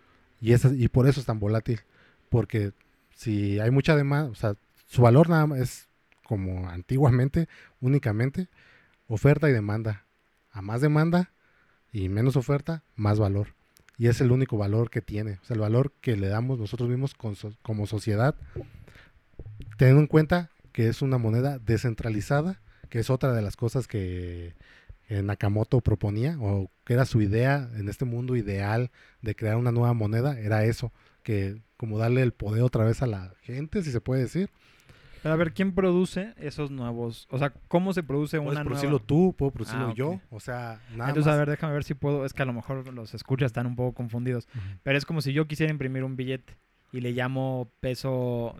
y por eso es tan volátil. Porque si hay mucha demanda, o sea, su valor nada más es como antiguamente, únicamente oferta y demanda. A más demanda y menos oferta, más valor. Y es el único valor que tiene. O sea, el valor que le damos nosotros mismos como sociedad, teniendo en cuenta que es una moneda descentralizada, que es otra de las cosas que Nakamoto proponía, o que era su idea en este mundo ideal de crear una nueva moneda, era eso, que como darle el poder otra vez a la gente, si se puede decir. Pero a ver, ¿quién produce esos nuevos? O sea, ¿cómo se produce Puedes una producirlo nueva? tú, puedo producirlo Ok. yo, o sea, nada Entonces, más. a ver, déjame ver si puedo. Es que a lo mejor los escuchas están un poco confundidos. Ujú. Pero es como si yo quisiera imprimir un billete y le llamo peso,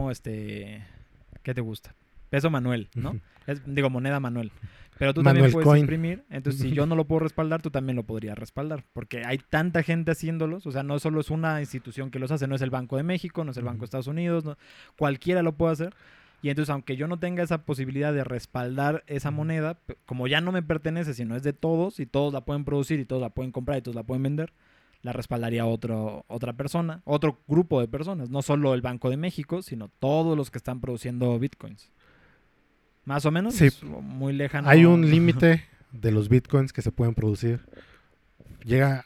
¿qué te gusta? Peso Manuel, ¿no? Ujú. Digo, moneda Manuel. Pero tú Manuel también puedes Coin. imprimir. Entonces, si yo no lo puedo respaldar, tú también lo podrías respaldar. Porque hay tanta gente haciéndolos. O sea, no solo es una institución que los hace. No es el Banco de México, no es el Banco de Estados Unidos. No, cualquiera lo puede hacer. Y entonces, aunque yo no tenga esa posibilidad de respaldar esa moneda, como ya no me pertenece, sino es de todos, y todos la pueden producir, y todos la pueden comprar, y todos la pueden vender, la respaldaría otra persona, otro grupo de personas. No solo el Banco de México, sino todos los que están produciendo bitcoins. Más o menos, Sí. muy lejano. Hay un límite de los bitcoins que se pueden producir. Va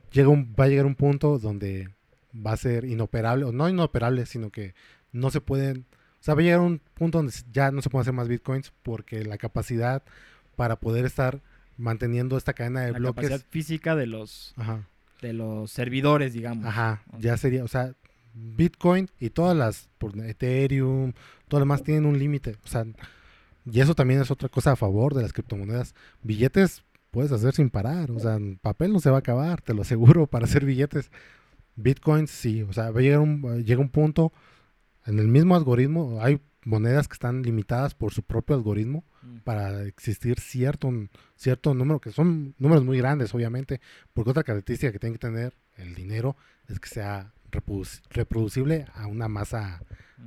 a llegar un punto donde va a ser inoperable, o no inoperable, sino que no se pueden. O sea, va a llegar un punto donde ya no se pueden hacer más bitcoins porque la capacidad para poder estar manteniendo esta cadena de la bloques. capacidad física de los Ajá, servidores, digamos. ajá, ya sería, o sea, Bitcoin y todas las, por Ethereum, todo lo demás tienen un límite, o sea, y eso también es otra cosa a favor de las criptomonedas. Billetes puedes hacer sin parar, o sea, papel no se va a acabar, te lo aseguro, para hacer billetes. Bitcoins sí, o sea, llega un punto, en el mismo algoritmo, hay monedas que están limitadas por su propio algoritmo para existir cierto número, que son números muy grandes, obviamente, porque otra característica que tiene que tener el dinero es que sea reproducible a una masa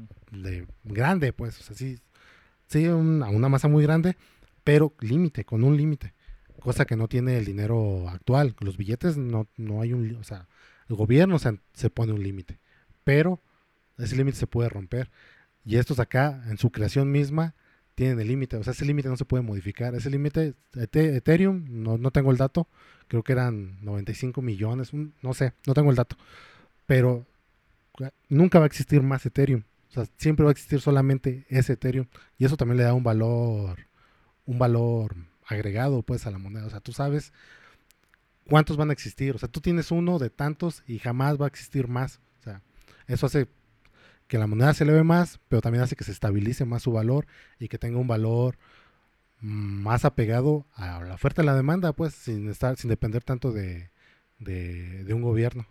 grande, pues, o sea, sí, a una masa muy grande, pero con un límite, cosa que no tiene el dinero actual. Los billetes no hay o sea, el gobierno se pone un límite, pero ese límite se puede romper. Y estos acá, en su creación misma, tienen el límite. O sea, ese límite no se puede modificar. Ese límite, Ethereum, no tengo el dato. Creo que eran 95 millones. No sé, no tengo el dato. Pero nunca va a existir más Ethereum. O sea, siempre va a existir solamente ese Ethereum. Y eso también le da un valor agregado, pues, a la moneda. O sea, tú sabes cuántos van a existir. O sea, tú tienes uno de tantos y jamás va a existir más. O sea, eso hace que la moneda se eleve más, pero también hace que se estabilice más su valor y que tenga un valor más apegado a la oferta y la demanda, pues, sin depender tanto de un gobierno.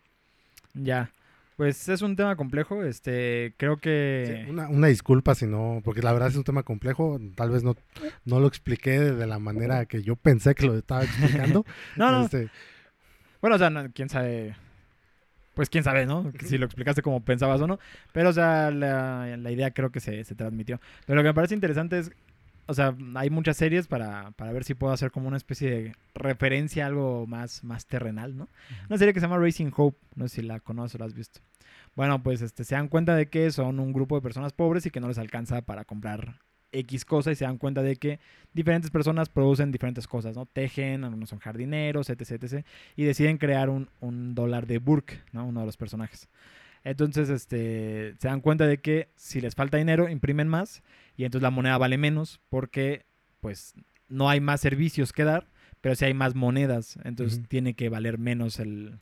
Ya, pues es un tema complejo, creo que... Sí, una disculpa si no, porque la verdad es un tema complejo, tal vez no lo expliqué de la manera que yo pensé que lo estaba explicando. No. Bueno, o sea, quién sabe... Pues quién sabe, ¿no? Si lo explicaste como pensabas o no. Pero, o sea, la idea creo que se transmitió. Pero lo que me parece interesante es, o sea, hay muchas series para ver si puedo hacer como una especie de referencia a algo más terrenal, ¿no? Una serie que se llama Raising Hope. No sé si la conoces o la has visto. Bueno, pues se dan cuenta de que son un grupo de personas pobres y que no les alcanza para comprar X cosa, y se dan cuenta de que diferentes personas producen diferentes cosas, ¿no? Tejen, algunos son jardineros, etc. Y deciden crear un dólar de Burke, ¿no? Uno de los personajes. Entonces, se dan cuenta de que si les falta dinero, imprimen más y entonces la moneda vale menos porque, pues, no hay más servicios que dar, pero sí hay más monedas. Entonces, tiene que valer menos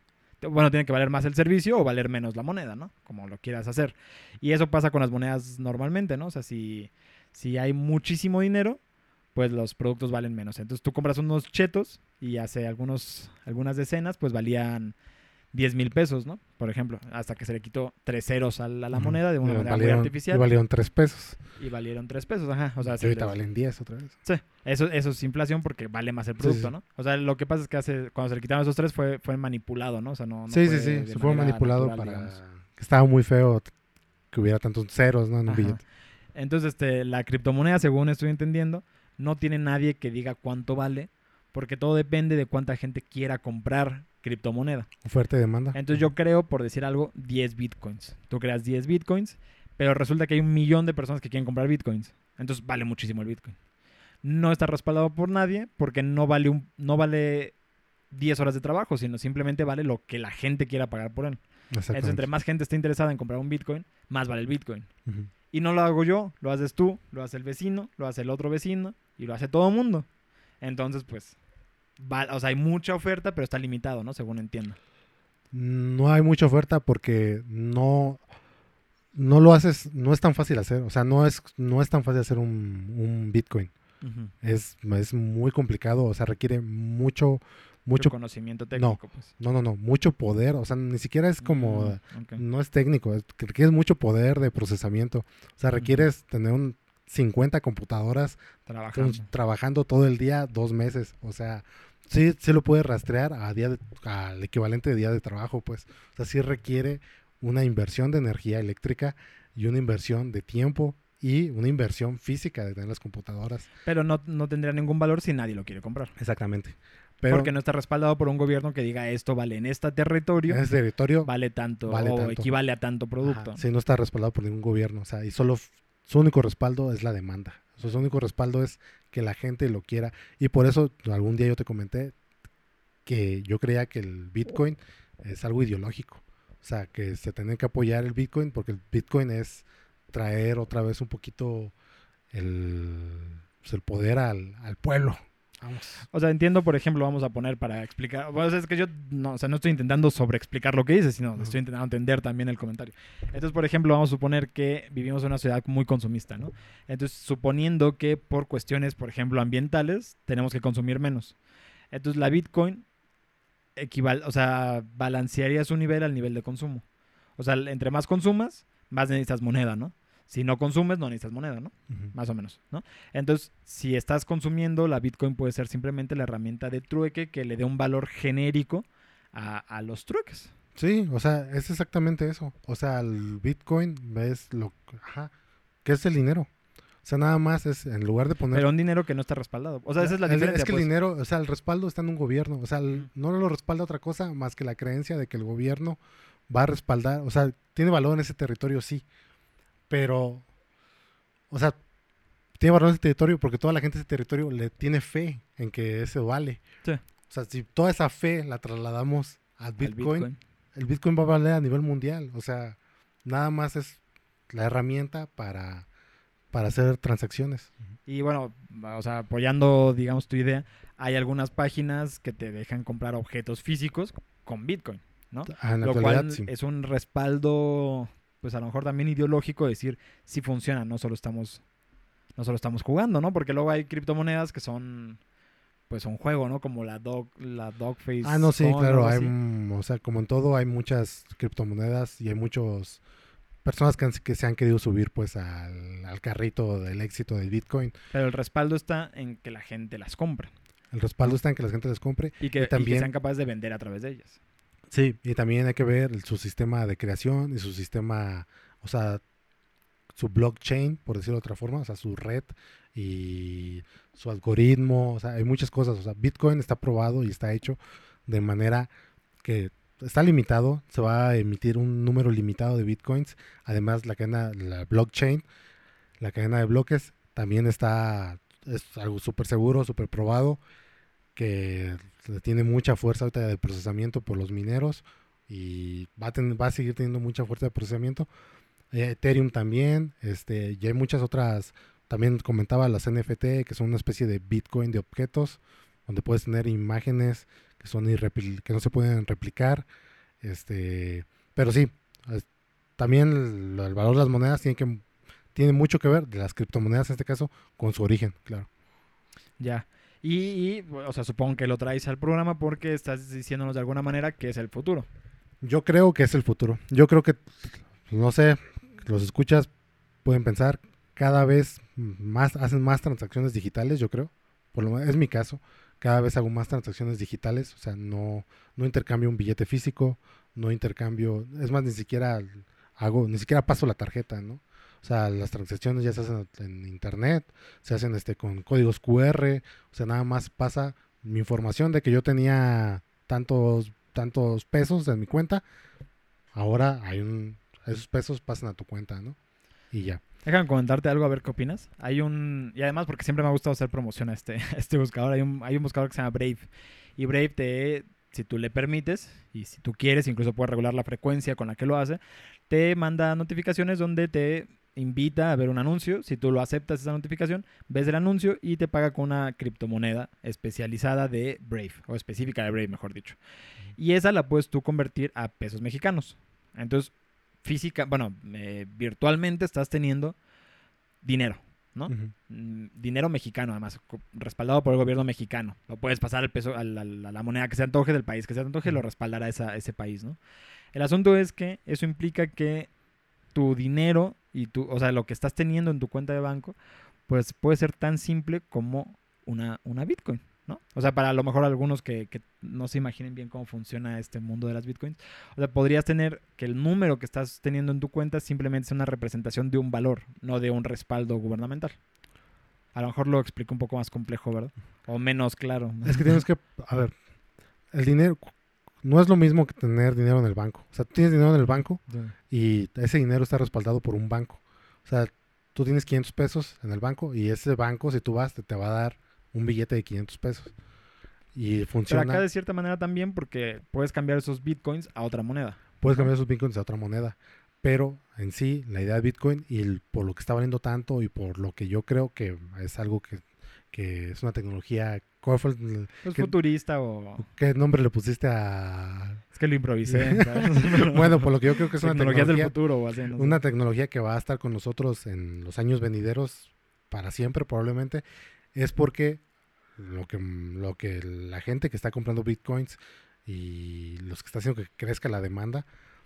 tiene que valer más el servicio o valer menos la moneda, ¿no? Como lo quieras hacer. Y eso pasa con las monedas normalmente, ¿no? O sea, si hay muchísimo dinero, pues los productos valen menos. Entonces tú compras unos chetos y hace algunas decenas, pues valían 10,000 pesos, ¿no? Por ejemplo, hasta que se le quitó 3 ceros a la moneda de una manera muy artificial. Y valieron 3 pesos. Y valieron 3 pesos, ajá. O sea, y ahorita valen 10 otra vez. Sí, eso es inflación porque vale más el producto, sí. ¿No? O sea, lo que pasa es que cuando se le quitaron esos 3 fue manipulado, ¿no? O sea, no sí, se fue manipulado natural, digamos. Que estaba muy feo que hubiera tantos ceros, ¿no? En un billete. Entonces, la criptomoneda, según estoy entendiendo, no tiene nadie que diga cuánto vale, porque todo depende de cuánta gente quiera comprar criptomoneda. Oferta y demanda. Entonces yo creo, por decir algo, 10 bitcoins. Tú creas 10 bitcoins, pero resulta que hay 1 millón de personas que quieren comprar bitcoins. Entonces vale muchísimo el bitcoin. No está respaldado por nadie porque no vale 10 horas de trabajo, sino simplemente vale lo que la gente quiera pagar por él. Entonces, entre más gente esté interesada en comprar un bitcoin, más vale el bitcoin. Uh-huh. Y no lo hago yo, lo haces tú, lo hace el vecino, lo hace el otro vecino y lo hace todo el mundo. Entonces, pues, o sea, hay mucha oferta, pero está limitado, ¿no? Según entiendo. no hay mucha oferta porque no lo haces, no es tan fácil hacer. O sea, no es tan fácil hacer un Bitcoin. Ujú. Es muy complicado, o sea, requiere mucho conocimiento técnico, pues. no, mucho poder, o sea, ni siquiera es como, Ok. no es técnico, es que requieres mucho poder de procesamiento, o sea, requieres tener 50 computadoras trabajando todo el día, 2 meses, o sea, sí lo puedes rastrear al equivalente de día de trabajo, pues, o sea, sí requiere una inversión de energía eléctrica y una inversión de tiempo y una inversión física de tener las computadoras. Pero no tendría ningún valor si nadie lo quiere comprar. Exactamente. Pero Porque no está respaldado por un gobierno que diga esto vale en este territorio, vale tanto o equivale a tanto producto. Ajá, sí, no está respaldado por ningún gobierno. O sea, y solo su único respaldo es la demanda. O sea, su único respaldo es que la gente lo quiera. Y por eso algún día yo te comenté que yo creía que el Bitcoin es algo ideológico. O sea, que se tiene que apoyar el Bitcoin porque el Bitcoin es traer otra vez un poquito el poder al pueblo. Vamos. O sea, entiendo, por ejemplo, vamos a poner para explicar. Bueno, es que yo no estoy intentando sobreexplicar lo que dices, sino estoy intentando entender también el comentario. Entonces, por ejemplo, vamos a suponer que vivimos en una ciudad muy consumista, ¿no? Entonces, suponiendo que por cuestiones, por ejemplo, ambientales, tenemos que consumir menos. Entonces, la Bitcoin balancearía su nivel al nivel de consumo. O sea, entre más consumas, más necesitas moneda, ¿no? Si no consumes, no necesitas moneda, ¿no? Más o menos, ¿no? Entonces, si estás consumiendo, la Bitcoin puede ser simplemente la herramienta de trueque que le dé un valor genérico a los trueques. Sí, o sea, es exactamente eso. O sea, el Bitcoin es ¿qué es el dinero? O sea, nada más es, en lugar de poner... Pero un dinero que no está respaldado. O sea, esa es la diferencia. Es que pues. el dinero, o sea, el respaldo está en un gobierno. O sea, no lo respalda otra cosa más que la creencia de que el gobierno va a respaldar. O sea, tiene valor en ese territorio, sí. Pero, o sea, tiene valor en ese territorio porque toda la gente de ese territorio le tiene fe en que eso vale. Sí. O sea, si toda esa fe la trasladamos al Bitcoin, el Bitcoin va a valer a nivel mundial. O sea, nada más es la herramienta para hacer transacciones. Y bueno, o sea, apoyando, digamos, tu idea, hay algunas páginas que te dejan comprar objetos físicos con Bitcoin, ¿no? En la Lo actualidad, cual sí. es un respaldo, pues a lo mejor también ideológico, decir si funciona, no solo estamos jugando, ¿no? Porque luego hay criptomonedas que son pues un juego, ¿no? Como la Dogface. Ah, no, sí, Coin, claro. algo Hay, así. o sea, como en todo, hay muchas criptomonedas y hay muchas personas que se han querido subir pues al carrito del éxito del Bitcoin. Pero el respaldo está en que la gente las compre. El respaldo está en que la gente las compre. Y que también, sean capaces de vender a través de ellas. Sí, y también hay que ver su sistema de creación y su sistema, o sea, su blockchain, por decirlo de otra forma, o sea, su red y su algoritmo, o sea, hay muchas cosas. O sea, Bitcoin está probado y está hecho de manera que está limitado, se va a emitir un número limitado de Bitcoins. Además, la blockchain, la cadena de bloques, también es algo súper seguro, súper probado, que tiene mucha fuerza ahorita de procesamiento por los mineros y va a seguir teniendo mucha fuerza de procesamiento. Ethereum también, y hay muchas otras. También comentaba las NFT, que son una especie de Bitcoin de objetos, donde puedes tener imágenes que no se pueden replicar. Pero sí, también el valor de las monedas tiene mucho que ver, de las criptomonedas en este caso, con su origen, claro. Ya. Y, o sea, supongo que lo traes al programa porque estás diciéndonos de alguna manera que es el futuro. Yo creo que es el futuro. Yo creo que, no sé, los escuchas pueden pensar, cada vez hacen más transacciones digitales, yo creo. Por lo menos es mi caso. Cada vez hago más transacciones digitales. O sea, no intercambio un billete físico, no intercambio, es más, ni siquiera paso la tarjeta, ¿no? O sea, las transacciones ya se hacen en internet, se hacen con códigos QR. O sea, nada más pasa mi información de que yo tenía tantos pesos en mi cuenta. Ahora esos pesos pasan a tu cuenta, ¿no? Y ya. Déjame comentarte algo, a ver qué opinas. Y además porque siempre me ha gustado hacer promoción a este buscador. Hay un buscador que se llama Brave. Y Brave si tú le permites, y si tú quieres, incluso puedes regular la frecuencia con la que lo hace, te manda notificaciones donde te invita a ver un anuncio. Si tú lo aceptas esa notificación, ves el anuncio y te paga con una criptomoneda especializada de Brave, o específica de Brave, mejor dicho. Y esa la puedes tú convertir a pesos mexicanos. Entonces, virtualmente estás teniendo dinero, ¿no? Dinero mexicano, además, respaldado por el gobierno mexicano. Lo puedes pasar al peso, a la moneda que se antoje del país que se antoje, lo respaldará ese país, ¿no? El asunto es que eso implica que tu dinero y o sea, lo que estás teniendo en tu cuenta de banco, pues puede ser tan simple como una Bitcoin, ¿no? O sea, para a lo mejor algunos que no se imaginen bien cómo funciona este mundo de las Bitcoins, o sea, podrías tener que el número que estás teniendo en tu cuenta simplemente sea una representación de un valor, no de un respaldo gubernamental. A lo mejor lo explico un poco más complejo, ¿verdad? O menos claro. Es que tienes que, a ver, el dinero no es lo mismo que tener dinero en el banco. O sea, tú tienes dinero en el banco y ese dinero está respaldado por un banco. O sea, tú tienes 500 pesos en el banco y ese banco, si tú vas, te va a dar un billete de 500 pesos. Y funciona. Pero acá de cierta manera también, porque puedes cambiar esos bitcoins a otra moneda. Puedes cambiar esos bitcoins a otra moneda. Pero en sí, la idea de Bitcoin y por lo que está valiendo tanto y por lo que yo creo que es algo que es una tecnología. ¿Cuál fue ¿Es futurista o...? ¿Qué nombre le pusiste a...? Es que lo improvisé. Bueno, por lo que yo creo que es una tecnología del futuro o así, no sé. Una tecnología que va a estar con nosotros en los años venideros para siempre probablemente. Es porque lo que la gente que está comprando bitcoins y los que está haciendo que crezca la demanda,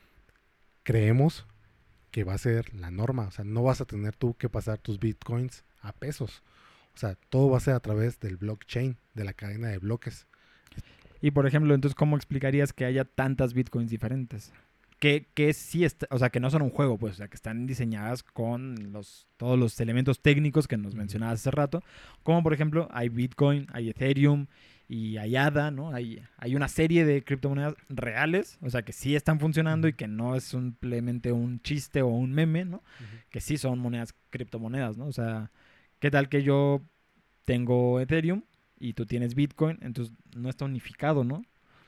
creemos que va a ser la norma. O sea, no vas a tener tú que pasar tus bitcoins a pesos. O sea, todo va a ser a través del blockchain, de la cadena de bloques. Y por ejemplo, entonces, ¿cómo explicarías que haya tantas bitcoins diferentes? Que sí o sea, que no son un juego, pues, o sea, que están diseñadas con todos los elementos técnicos que nos mencionabas hace rato, como por ejemplo, hay Bitcoin, hay Ethereum y hay ADA, ¿no? Hay una serie de criptomonedas reales, o sea, que sí están funcionando y que no es simplemente un chiste o un meme, ¿no? Que sí son criptomonedas, ¿no? O sea, ¿qué tal que yo tengo Ethereum y tú tienes Bitcoin? Entonces no está unificado, ¿no?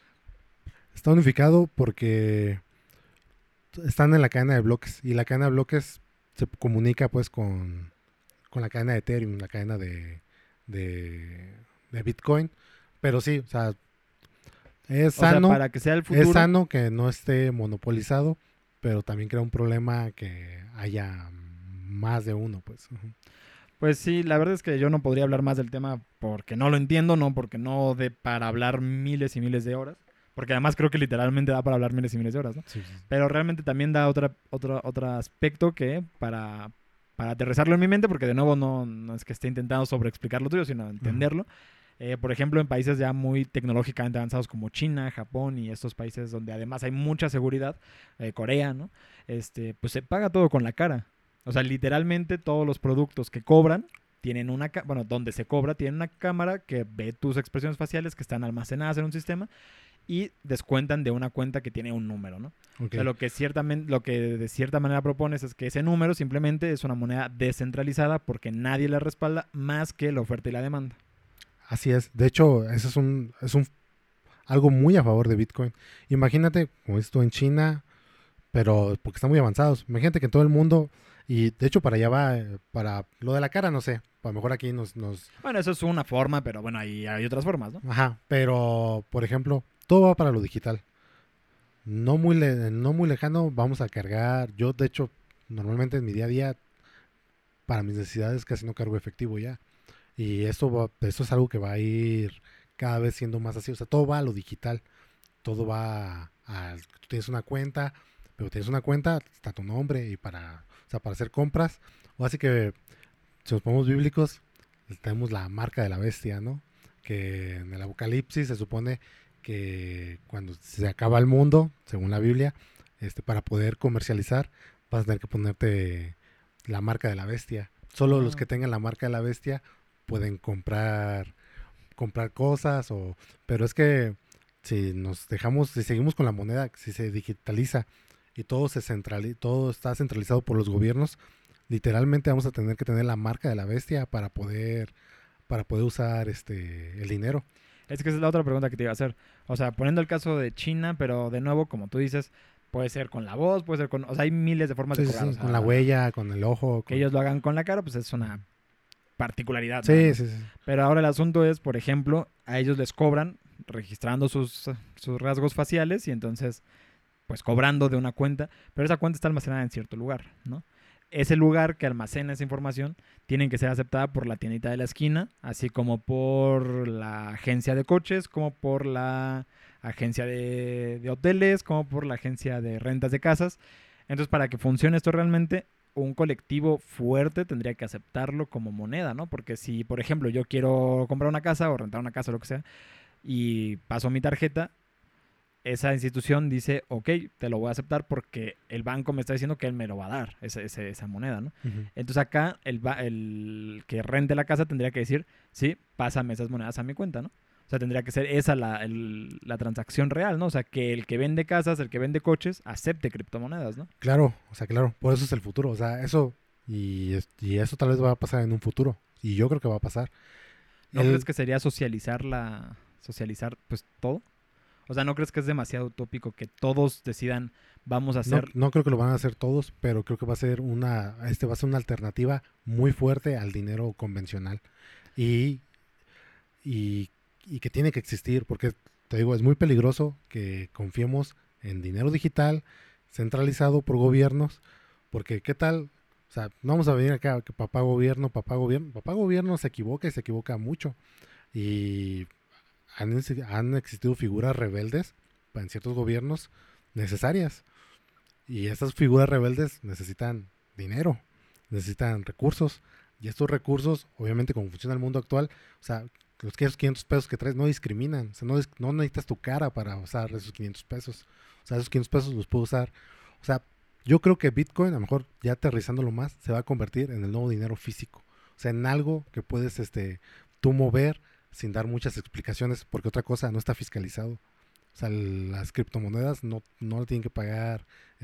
Está unificado porque están en la cadena de bloques y la cadena de bloques se comunica pues con la cadena de Ethereum, la cadena de Bitcoin, pero sí, o sea, es sano, o sea, para que sea el futuro, es sano que no esté monopolizado, pero también crea un problema que haya más de uno, pues. Pues sí, la verdad es que yo no podría hablar más del tema porque no lo entiendo, no porque no de para hablar miles y miles de horas. Porque además creo que literalmente da para hablar miles y miles de horas, ¿no? Sí. Pero realmente también da otro aspecto que para aterrizarlo en mi mente, porque de nuevo no es que esté intentando sobreexplicar lo tuyo, sino entenderlo. Por ejemplo, en países ya muy tecnológicamente avanzados como China, Japón y estos países donde además hay mucha seguridad, Corea, ¿no? Pues se paga todo con la cara. O sea, literalmente todos los productos que cobran tienen donde se cobra, tienen una cámara que ve tus expresiones faciales que están almacenadas en un sistema y descuentan de una cuenta que tiene un número, ¿no? Okay. O sea, lo que de cierta manera propones es que ese número simplemente es una moneda descentralizada porque nadie la respalda más que la oferta y la demanda. Así es. De hecho, eso es algo muy a favor de Bitcoin. Imagínate, como dices tú, en China, pero porque están muy avanzados. Imagínate que en todo el mundo, y de hecho para allá va, para lo de la cara, no sé, a lo mejor aquí nos... Bueno, eso es una forma, pero bueno, hay otras formas, ¿no? Ajá, pero, por ejemplo, todo va para lo digital. No muy lejano vamos a cargar. Yo, de hecho, normalmente en mi día a día, para mis necesidades casi no cargo efectivo ya. Y esto es algo que va a ir cada vez siendo más así. O sea, todo va a lo digital. Todo va tú tienes una cuenta, pero tienes una cuenta, está tu nombre y para hacer compras. O así que, si nos ponemos bíblicos, tenemos la marca de la bestia, ¿no? Que en el Apocalipsis se supone que cuando se acaba el mundo, según la Biblia, para poder comercializar, vas a tener que ponerte la marca de la bestia. Solo los que tengan la marca de la bestia pueden comprar cosas, pero es que si seguimos con la moneda, si se digitaliza y todo está centralizado por los gobiernos, literalmente vamos a tener que tener la marca de la bestia para poder usar el dinero. Es que esa es la otra pregunta que te iba a hacer. O sea, poniendo el caso de China, pero de nuevo, como tú dices, Puede ser con la voz, puede ser con... O sea, hay miles de formas de cobrar. Sí, o sea, con la huella, con el ojo. Que ellos lo hagan con la cara, pues es una particularidad. Sí, ¿no? sí. Pero ahora el asunto es, por ejemplo, a ellos les cobran registrando sus rasgos faciales y entonces, pues cobrando de una cuenta, pero esa cuenta está almacenada en cierto lugar, ¿no? Ese lugar que almacena esa información tiene que ser aceptada por la tiendita de la esquina, así como por la agencia de coches, como por la agencia de hoteles, como por la agencia de rentas de casas. Entonces, para que funcione esto realmente, un colectivo fuerte tendría que aceptarlo como moneda, ¿no? Porque si, por ejemplo, yo quiero comprar una casa o rentar una casa o lo que sea, y paso mi tarjeta, esa institución dice, ok, te lo voy a aceptar porque el banco me está diciendo que él me lo va a dar, esa moneda, ¿no? Uh-huh. Entonces acá el que rente la casa tendría que decir, sí, pásame esas monedas a mi cuenta, ¿no? O sea, tendría que ser esa la transacción real, ¿no? O sea, que el que vende casas, el que vende coches, acepte criptomonedas, ¿no? Claro, o sea, claro, por eso es el futuro. O sea, eso, y eso tal vez va a pasar en un futuro. Y yo creo que va a pasar. ¿No crees que sería socializar pues todo? O sea, ¿no crees que es demasiado utópico que todos decidan vamos a hacer? No creo que lo van a hacer todos, pero creo que va a ser una alternativa muy fuerte al dinero convencional. Y que tiene que existir, porque te digo, es muy peligroso que confiemos en dinero digital centralizado por gobiernos, porque ¿qué tal? O sea, no vamos a venir acá que papá gobierno se equivoca y se equivoca mucho. Y han existido figuras rebeldes en ciertos gobiernos necesarias. Y estas figuras rebeldes necesitan dinero, necesitan recursos. Y estos recursos, obviamente, como funciona el mundo actual, o sea, los 500 pesos que traes no discriminan. O sea, no necesitas tu cara para usar esos 500 pesos. O sea, esos 500 pesos los puedo usar. O sea, yo creo que Bitcoin, a lo mejor ya aterrizándolo más, se va a convertir en el nuevo dinero físico. O sea, en algo que puedes tú mover sin dar muchas explicaciones, porque otra cosa, no está fiscalizado. O sea, las criptomonedas no le tienen que pagar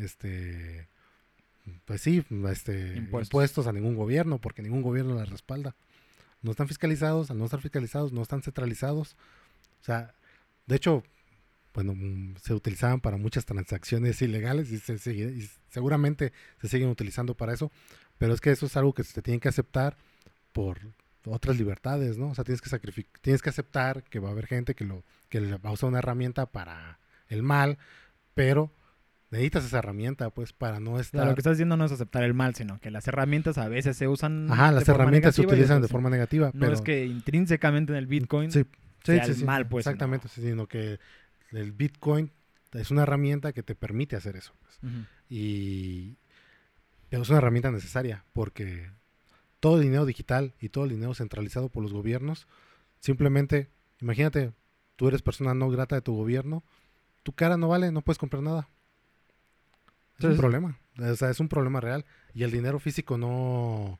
pues sí, impuestos a ningún gobierno, porque ningún gobierno las respalda. No están fiscalizados, al no estar fiscalizados, no están centralizados. O sea, de hecho, bueno, se utilizaban para muchas transacciones ilegales y seguramente se siguen utilizando para eso, pero es que eso es algo que se tiene que aceptar por otras libertades, ¿no? O sea, tienes que aceptar que va a haber gente que va a usar una herramienta para el mal, pero necesitas esa herramienta, pues, para no estar... Claro, lo que estás diciendo no es aceptar el mal, sino que las herramientas a veces se usan las herramientas se utilizan de forma negativa, no pero... es que intrínsecamente en el Bitcoin sea el mal, pues. Exactamente, sino que el Bitcoin es una herramienta que te permite hacer eso, pues. Uh-huh. Pero es una herramienta necesaria, porque todo el dinero digital y todo el dinero centralizado por los gobiernos, simplemente, imagínate, tú eres persona no grata de tu gobierno, tu cara no vale, no puedes comprar nada. Es un problema, o sea, es un problema real. Y el dinero físico o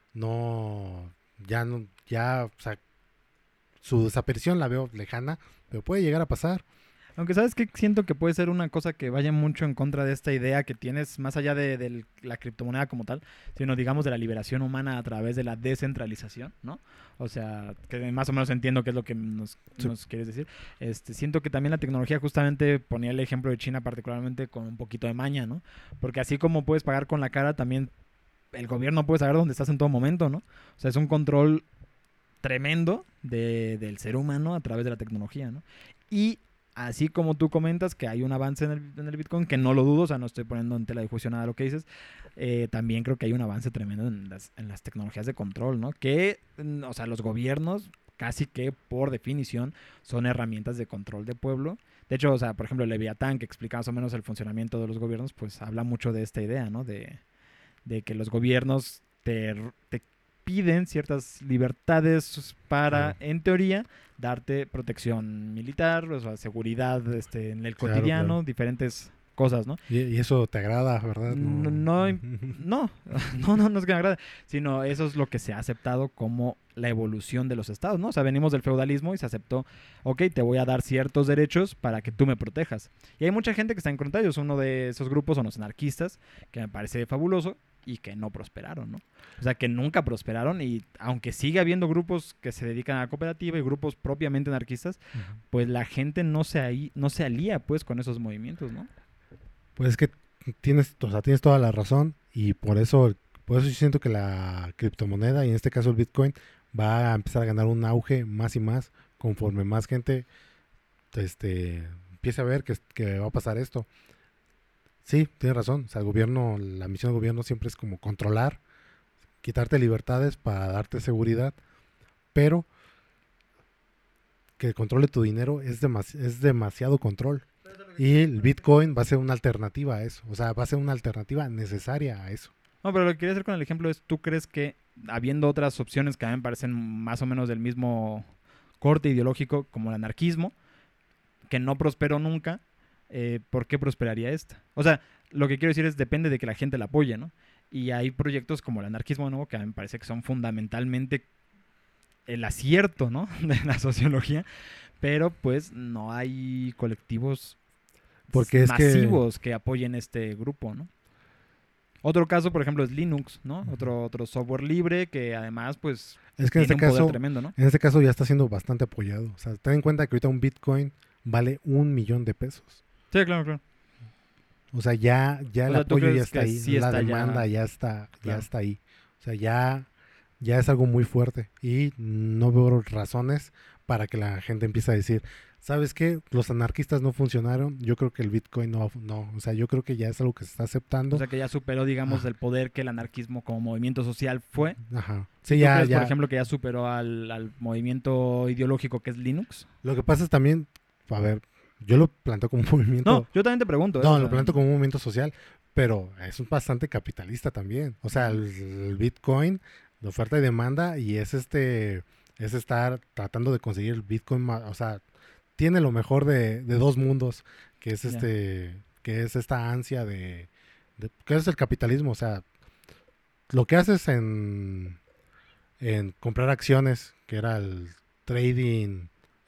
sea, su desaparición la veo lejana, pero puede llegar a pasar. Aunque sabes que siento que puede ser una cosa que vaya mucho en contra de esta idea que tienes, más allá de la criptomoneda como tal, sino digamos de la liberación humana a través de la descentralización, ¿no? O sea, que más o menos entiendo qué es lo que nos quieres decir. Siento que también la tecnología, justamente ponía el ejemplo de China particularmente con un poquito de maña, ¿no? Porque así como puedes pagar con la cara, también el gobierno puede saber dónde estás en todo momento, ¿no? O sea, es un control tremendo del ser humano a través de la tecnología, ¿no? Y así como tú comentas que hay un avance en el Bitcoin, que no lo dudo, o sea, no estoy poniendo en tela de juicio nada de lo que dices, también creo que hay un avance tremendo en las tecnologías de control, ¿no? Que, o sea, los gobiernos casi que por definición son herramientas de control de pueblo. De hecho, o sea, por ejemplo, Leviatán, que explica más o menos el funcionamiento de los gobiernos, pues habla mucho de esta idea, ¿no? De que los gobiernos te piden ciertas libertades para, en teoría, darte protección militar, o sea, seguridad en el cotidiano, claro. Diferentes cosas, ¿no? Y eso te agrada, ¿verdad? No es que me agrade, sino eso es lo que se ha aceptado como la evolución de los estados, ¿no? O sea, venimos del feudalismo y se aceptó, ok, te voy a dar ciertos derechos para que tú me protejas. Y hay mucha gente que está en contra de ellos. Uno de esos grupos son los anarquistas, que me parece fabuloso, y que no prosperaron, ¿no? O sea, que nunca prosperaron, y aunque sigue habiendo grupos que se dedican a la cooperativa y grupos propiamente anarquistas, uh-huh, pues la gente no se alía, pues, con esos movimientos, ¿no? Pues es que tienes toda la razón y por eso yo siento que la criptomoneda, y en este caso el Bitcoin, va a empezar a ganar un auge más y más conforme más gente empiece a ver que va a pasar esto. Sí, tienes razón. O sea, la misión del gobierno siempre es como controlar, quitarte libertades para darte seguridad, pero que controle tu dinero es demasiado control. Y el Bitcoin va a ser una alternativa a eso. O sea, va a ser una alternativa necesaria a eso. No, pero lo que quería hacer con el ejemplo es, ¿tú crees que habiendo otras opciones que a mí me parecen más o menos del mismo corte ideológico como el anarquismo, que no prosperó nunca, ¿por qué prosperaría esta? O sea, lo que quiero decir es, depende de que la gente la apoye, ¿no? Y hay proyectos como el anarquismo nuevo que a mí me parece que son fundamentalmente el acierto, ¿no? De la sociología, pero pues no hay colectivos porque masivos que apoyen este grupo, ¿no? Otro caso, por ejemplo, es Linux, ¿no? Otro software libre que además, pues, es que tiene un poder tremendo, ¿no? En este caso ya está siendo bastante apoyado. O sea, ten en cuenta que ahorita un Bitcoin vale $1,000,000. Sí, claro. O sea, ya el apoyo ya está ahí. Sí la demanda ya está ahí. O sea, ya es algo muy fuerte. Y no veo razones para que la gente empiece a decir, ¿sabes qué? Los anarquistas no funcionaron. Yo creo que el Bitcoin no. O sea, yo creo que ya es algo que se está aceptando. O sea, que ya superó, digamos, el poder que el anarquismo como movimiento social fue. Ajá. Sí, ¿tú crees, por ejemplo, que ya superó al movimiento ideológico que es Linux? Lo que pasa es también, a ver, yo lo planteo como un movimiento. No, yo también te pregunto. No, lo planteo como un movimiento social, pero es bastante capitalista también. O sea, el Bitcoin, la oferta y demanda, y es estar tratando de conseguir el Bitcoin, o sea, tiene lo mejor de dos mundos, que es que es esta ansia de ¿qué es el capitalismo? O sea, lo que haces en comprar acciones, que era el trading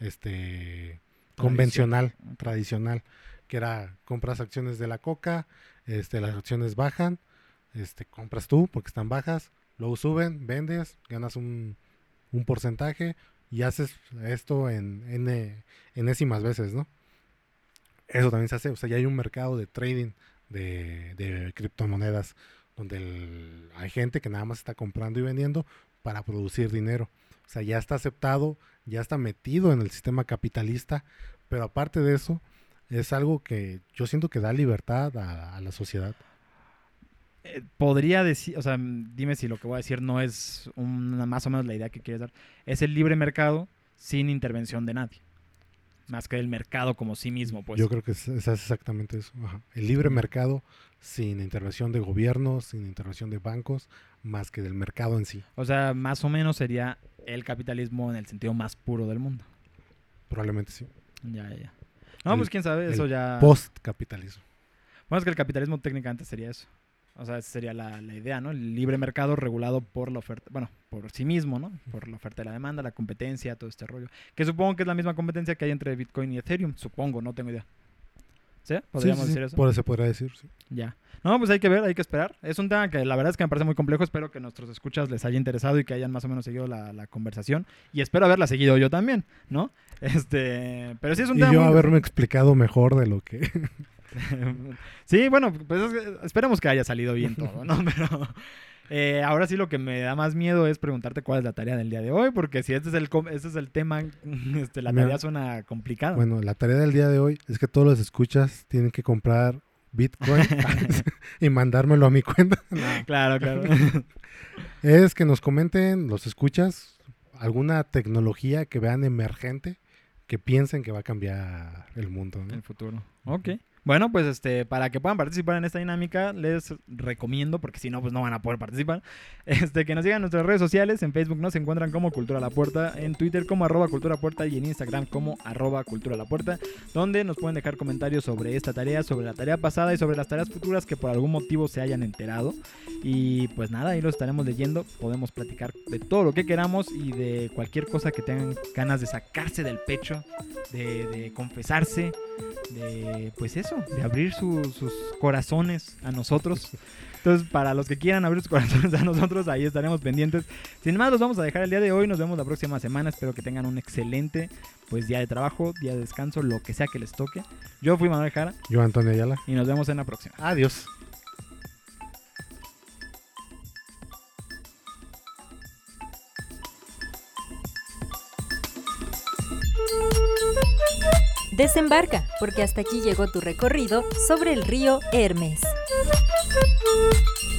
convencional, tradicional, que era compras acciones de la coca, las acciones bajan, compras tú porque están bajas, luego suben, vendes, ganas un porcentaje y haces esto en enésimas veces, ¿no? Eso también se hace, o sea, ya hay un mercado de trading de criptomonedas donde hay gente que nada más está comprando y vendiendo para producir dinero. O sea, ya está aceptado, ya está metido en el sistema capitalista, pero aparte de eso, es algo que yo siento que da libertad a la sociedad. Podría decir, o sea, dime si lo que voy a decir no es más o menos la idea que quieres dar. Es el libre mercado sin intervención de nadie. Más que el mercado como sí mismo, pues. Yo creo que es exactamente eso. Ajá. El libre mercado sin intervención de gobiernos, sin intervención de bancos, más que del mercado en sí. O sea, más o menos sería el capitalismo en el sentido más puro del mundo. Probablemente sí. Ya. No, pues quién sabe, eso ya... Post-capitalismo. Bueno, es que el capitalismo técnicamente sería eso. O sea, esa sería la idea, ¿no? El libre mercado regulado por la oferta, bueno, por sí mismo, ¿no? Por la oferta y la demanda, la competencia, todo este rollo. Que supongo que es la misma competencia que hay entre Bitcoin y Ethereum, supongo, no tengo idea. ¿Sí? ¿Podríamos decir eso? Por eso se podría decir, sí. Ya. No, pues hay que ver, hay que esperar. Es un tema que la verdad es que me parece muy complejo. Espero que nuestros escuchas les haya interesado y que hayan más o menos seguido la conversación. Y espero haberla seguido yo también, ¿no? Pero sí es un tema y yo haberme explicado mejor de lo que... Sí, bueno, pues esperemos que haya salido bien todo, ¿no? Pero ahora sí lo que me da más miedo es preguntarte cuál es la tarea del día de hoy, porque si este es el tema, la tarea suena complicada. Bueno, la tarea del día de hoy es que todos los escuchas tienen que comprar Bitcoin y mandármelo a mi cuenta. No. Claro. Es que nos comenten los escuchas alguna tecnología que vean emergente que piensen que va a cambiar el mundo, ¿no? El futuro. Ok. Bueno, pues para que puedan participar en esta dinámica, les recomiendo, porque si no, pues no van a poder participar, que nos sigan en nuestras redes sociales. En Facebook nos encuentran como Cultura a la Puerta, en Twitter como @culturapuerta y en Instagram como @culturalapuerta, donde nos pueden dejar comentarios sobre esta tarea, sobre la tarea pasada y sobre las tareas futuras que por algún motivo se hayan enterado. Y pues nada, ahí lo estaremos leyendo. Podemos platicar de todo lo que queramos y de cualquier cosa que tengan ganas de sacarse del pecho, de confesarse, de pues eso, eso, de abrir sus corazones a nosotros. Entonces, para los que quieran abrir sus corazones a nosotros, ahí estaremos pendientes. Sin más, los vamos a dejar el día de hoy. Nos vemos la próxima semana. Espero que tengan un excelente día de trabajo, día de descanso, lo que sea que les toque. Yo fui Manuel Jara. Yo, Antonio Ayala. Y nos vemos en la próxima. Adiós. Desembarca, porque hasta aquí llegó tu recorrido sobre el río Hermes.